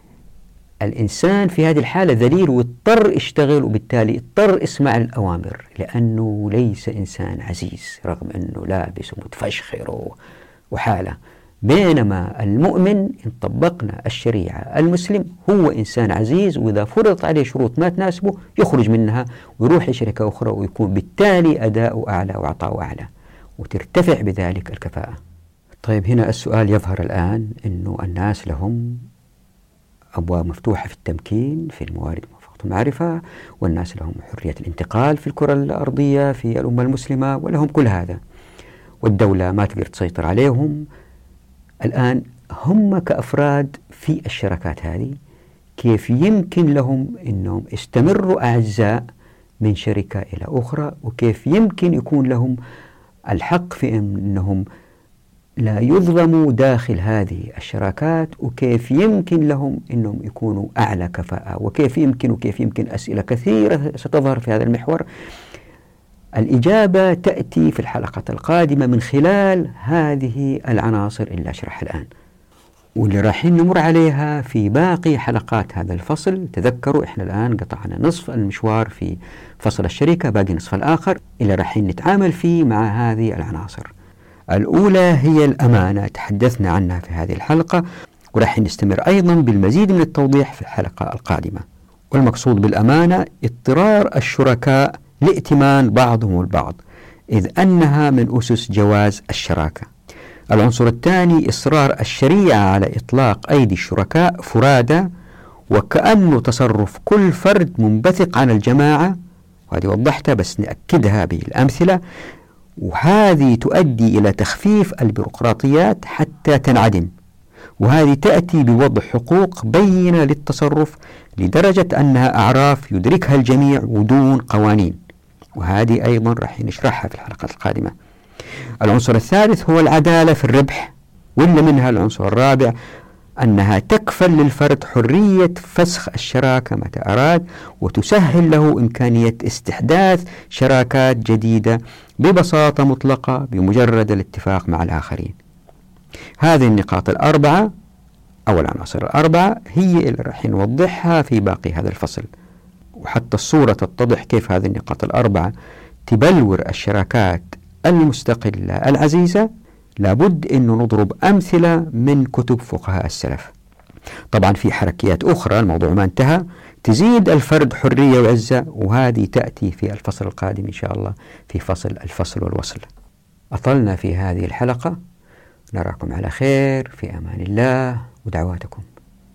الإنسان في هذه الحالة ذليل واضطر يشتغل، وبالتالي اضطر يسمع الأوامر لأنه ليس إنسان عزيز رغم أنه لابس ومتفشخر وحاله. بينما المؤمن إن طبقنا الشريعة المسلم هو إنسان عزيز، وإذا فرضت عليه شروط ما تناسبه يخرج منها ويروح لشركة أخرى ويكون بالتالي أداؤه أعلى وعطاؤه أعلى وترتفع بذلك الكفاءة. طيب هنا السؤال يظهر الآن أنه الناس لهم أبواب مفتوحة في التمكين في الموارد والموافقات والمعرفة، والناس لهم حرية الانتقال في الكرة الأرضية في الأمة المسلمة ولهم كل هذا، والدولة ما تقدر تسيطر عليهم. الآن هم كأفراد في الشركات هذه كيف يمكن لهم أنهم يستمروا أعزاء من شركة إلى أخرى، وكيف يمكن يكون لهم الحق في أنهم لا يظلموا داخل هذه الشراكات، وكيف يمكن لهم أنهم يكونوا أعلى كفاءة، وكيف يمكن وكيف يمكن أسئلة كثيرة ستظهر في هذا المحور. الإجابة تأتي في الحلقة القادمة من خلال هذه العناصر اللي أشرحها الآن، واللي رايحين نمر عليها في باقي حلقات هذا الفصل. تذكروا إحنا الآن قطعنا نصف المشوار في فصل الشركة، باقي نصف الآخر اللي رايحين نتعامل فيه مع هذه العناصر. الأولى هي الأمانة، تحدثنا عنها في هذه الحلقة، وراح نستمر أيضا بالمزيد من التوضيح في الحلقة القادمة. والمقصود بالأمانة اضطرار الشركاء لائتمان بعضهم البعض، إذ أنها من أسس جواز الشراكة. العنصر الثاني إصرار الشريعة على إطلاق أيدي الشركاء فرادى، وكأنه تصرف كل فرد منبثق عن الجماعة، وهذه وضحتها بس نأكدها بالأمثلة، وهذه تؤدي إلى تخفيف البيروقراطيات حتى تنعدم، وهذه تأتي بوضع حقوق بينة للتصرف لدرجة أنها أعراف يدركها الجميع ودون قوانين، وهذه أيضا راح نشرحها في الحلقة القادمة. العنصر الثالث هو العدالة في الربح، واللي منها العنصر الرابع أنها تكفل للفرد حرية فسخ الشراكة متى أراد، وتسهل له إمكانية استحداث شراكات جديدة ببساطة مطلقة بمجرد الاتفاق مع الآخرين. هذه النقاط الأربعة أو العناصر الأربعة هي اللي راح نوضحها في باقي هذا الفصل، وحتى الصورة تتضح كيف هذه النقاط الأربعة تبلور الشراكات المستقلة العزيزة. لابد أن نضرب أمثلة من كتب فقهاء السلف. طبعا في حركيات أخرى، الموضوع ما انتهى، تزيد الفرد حرية وعزة، وهذه تأتي في الفصل القادم إن شاء الله في فصل الفصل والوصل. أطلنا في هذه الحلقة، نراكم على خير، في أمان الله ودعواتكم.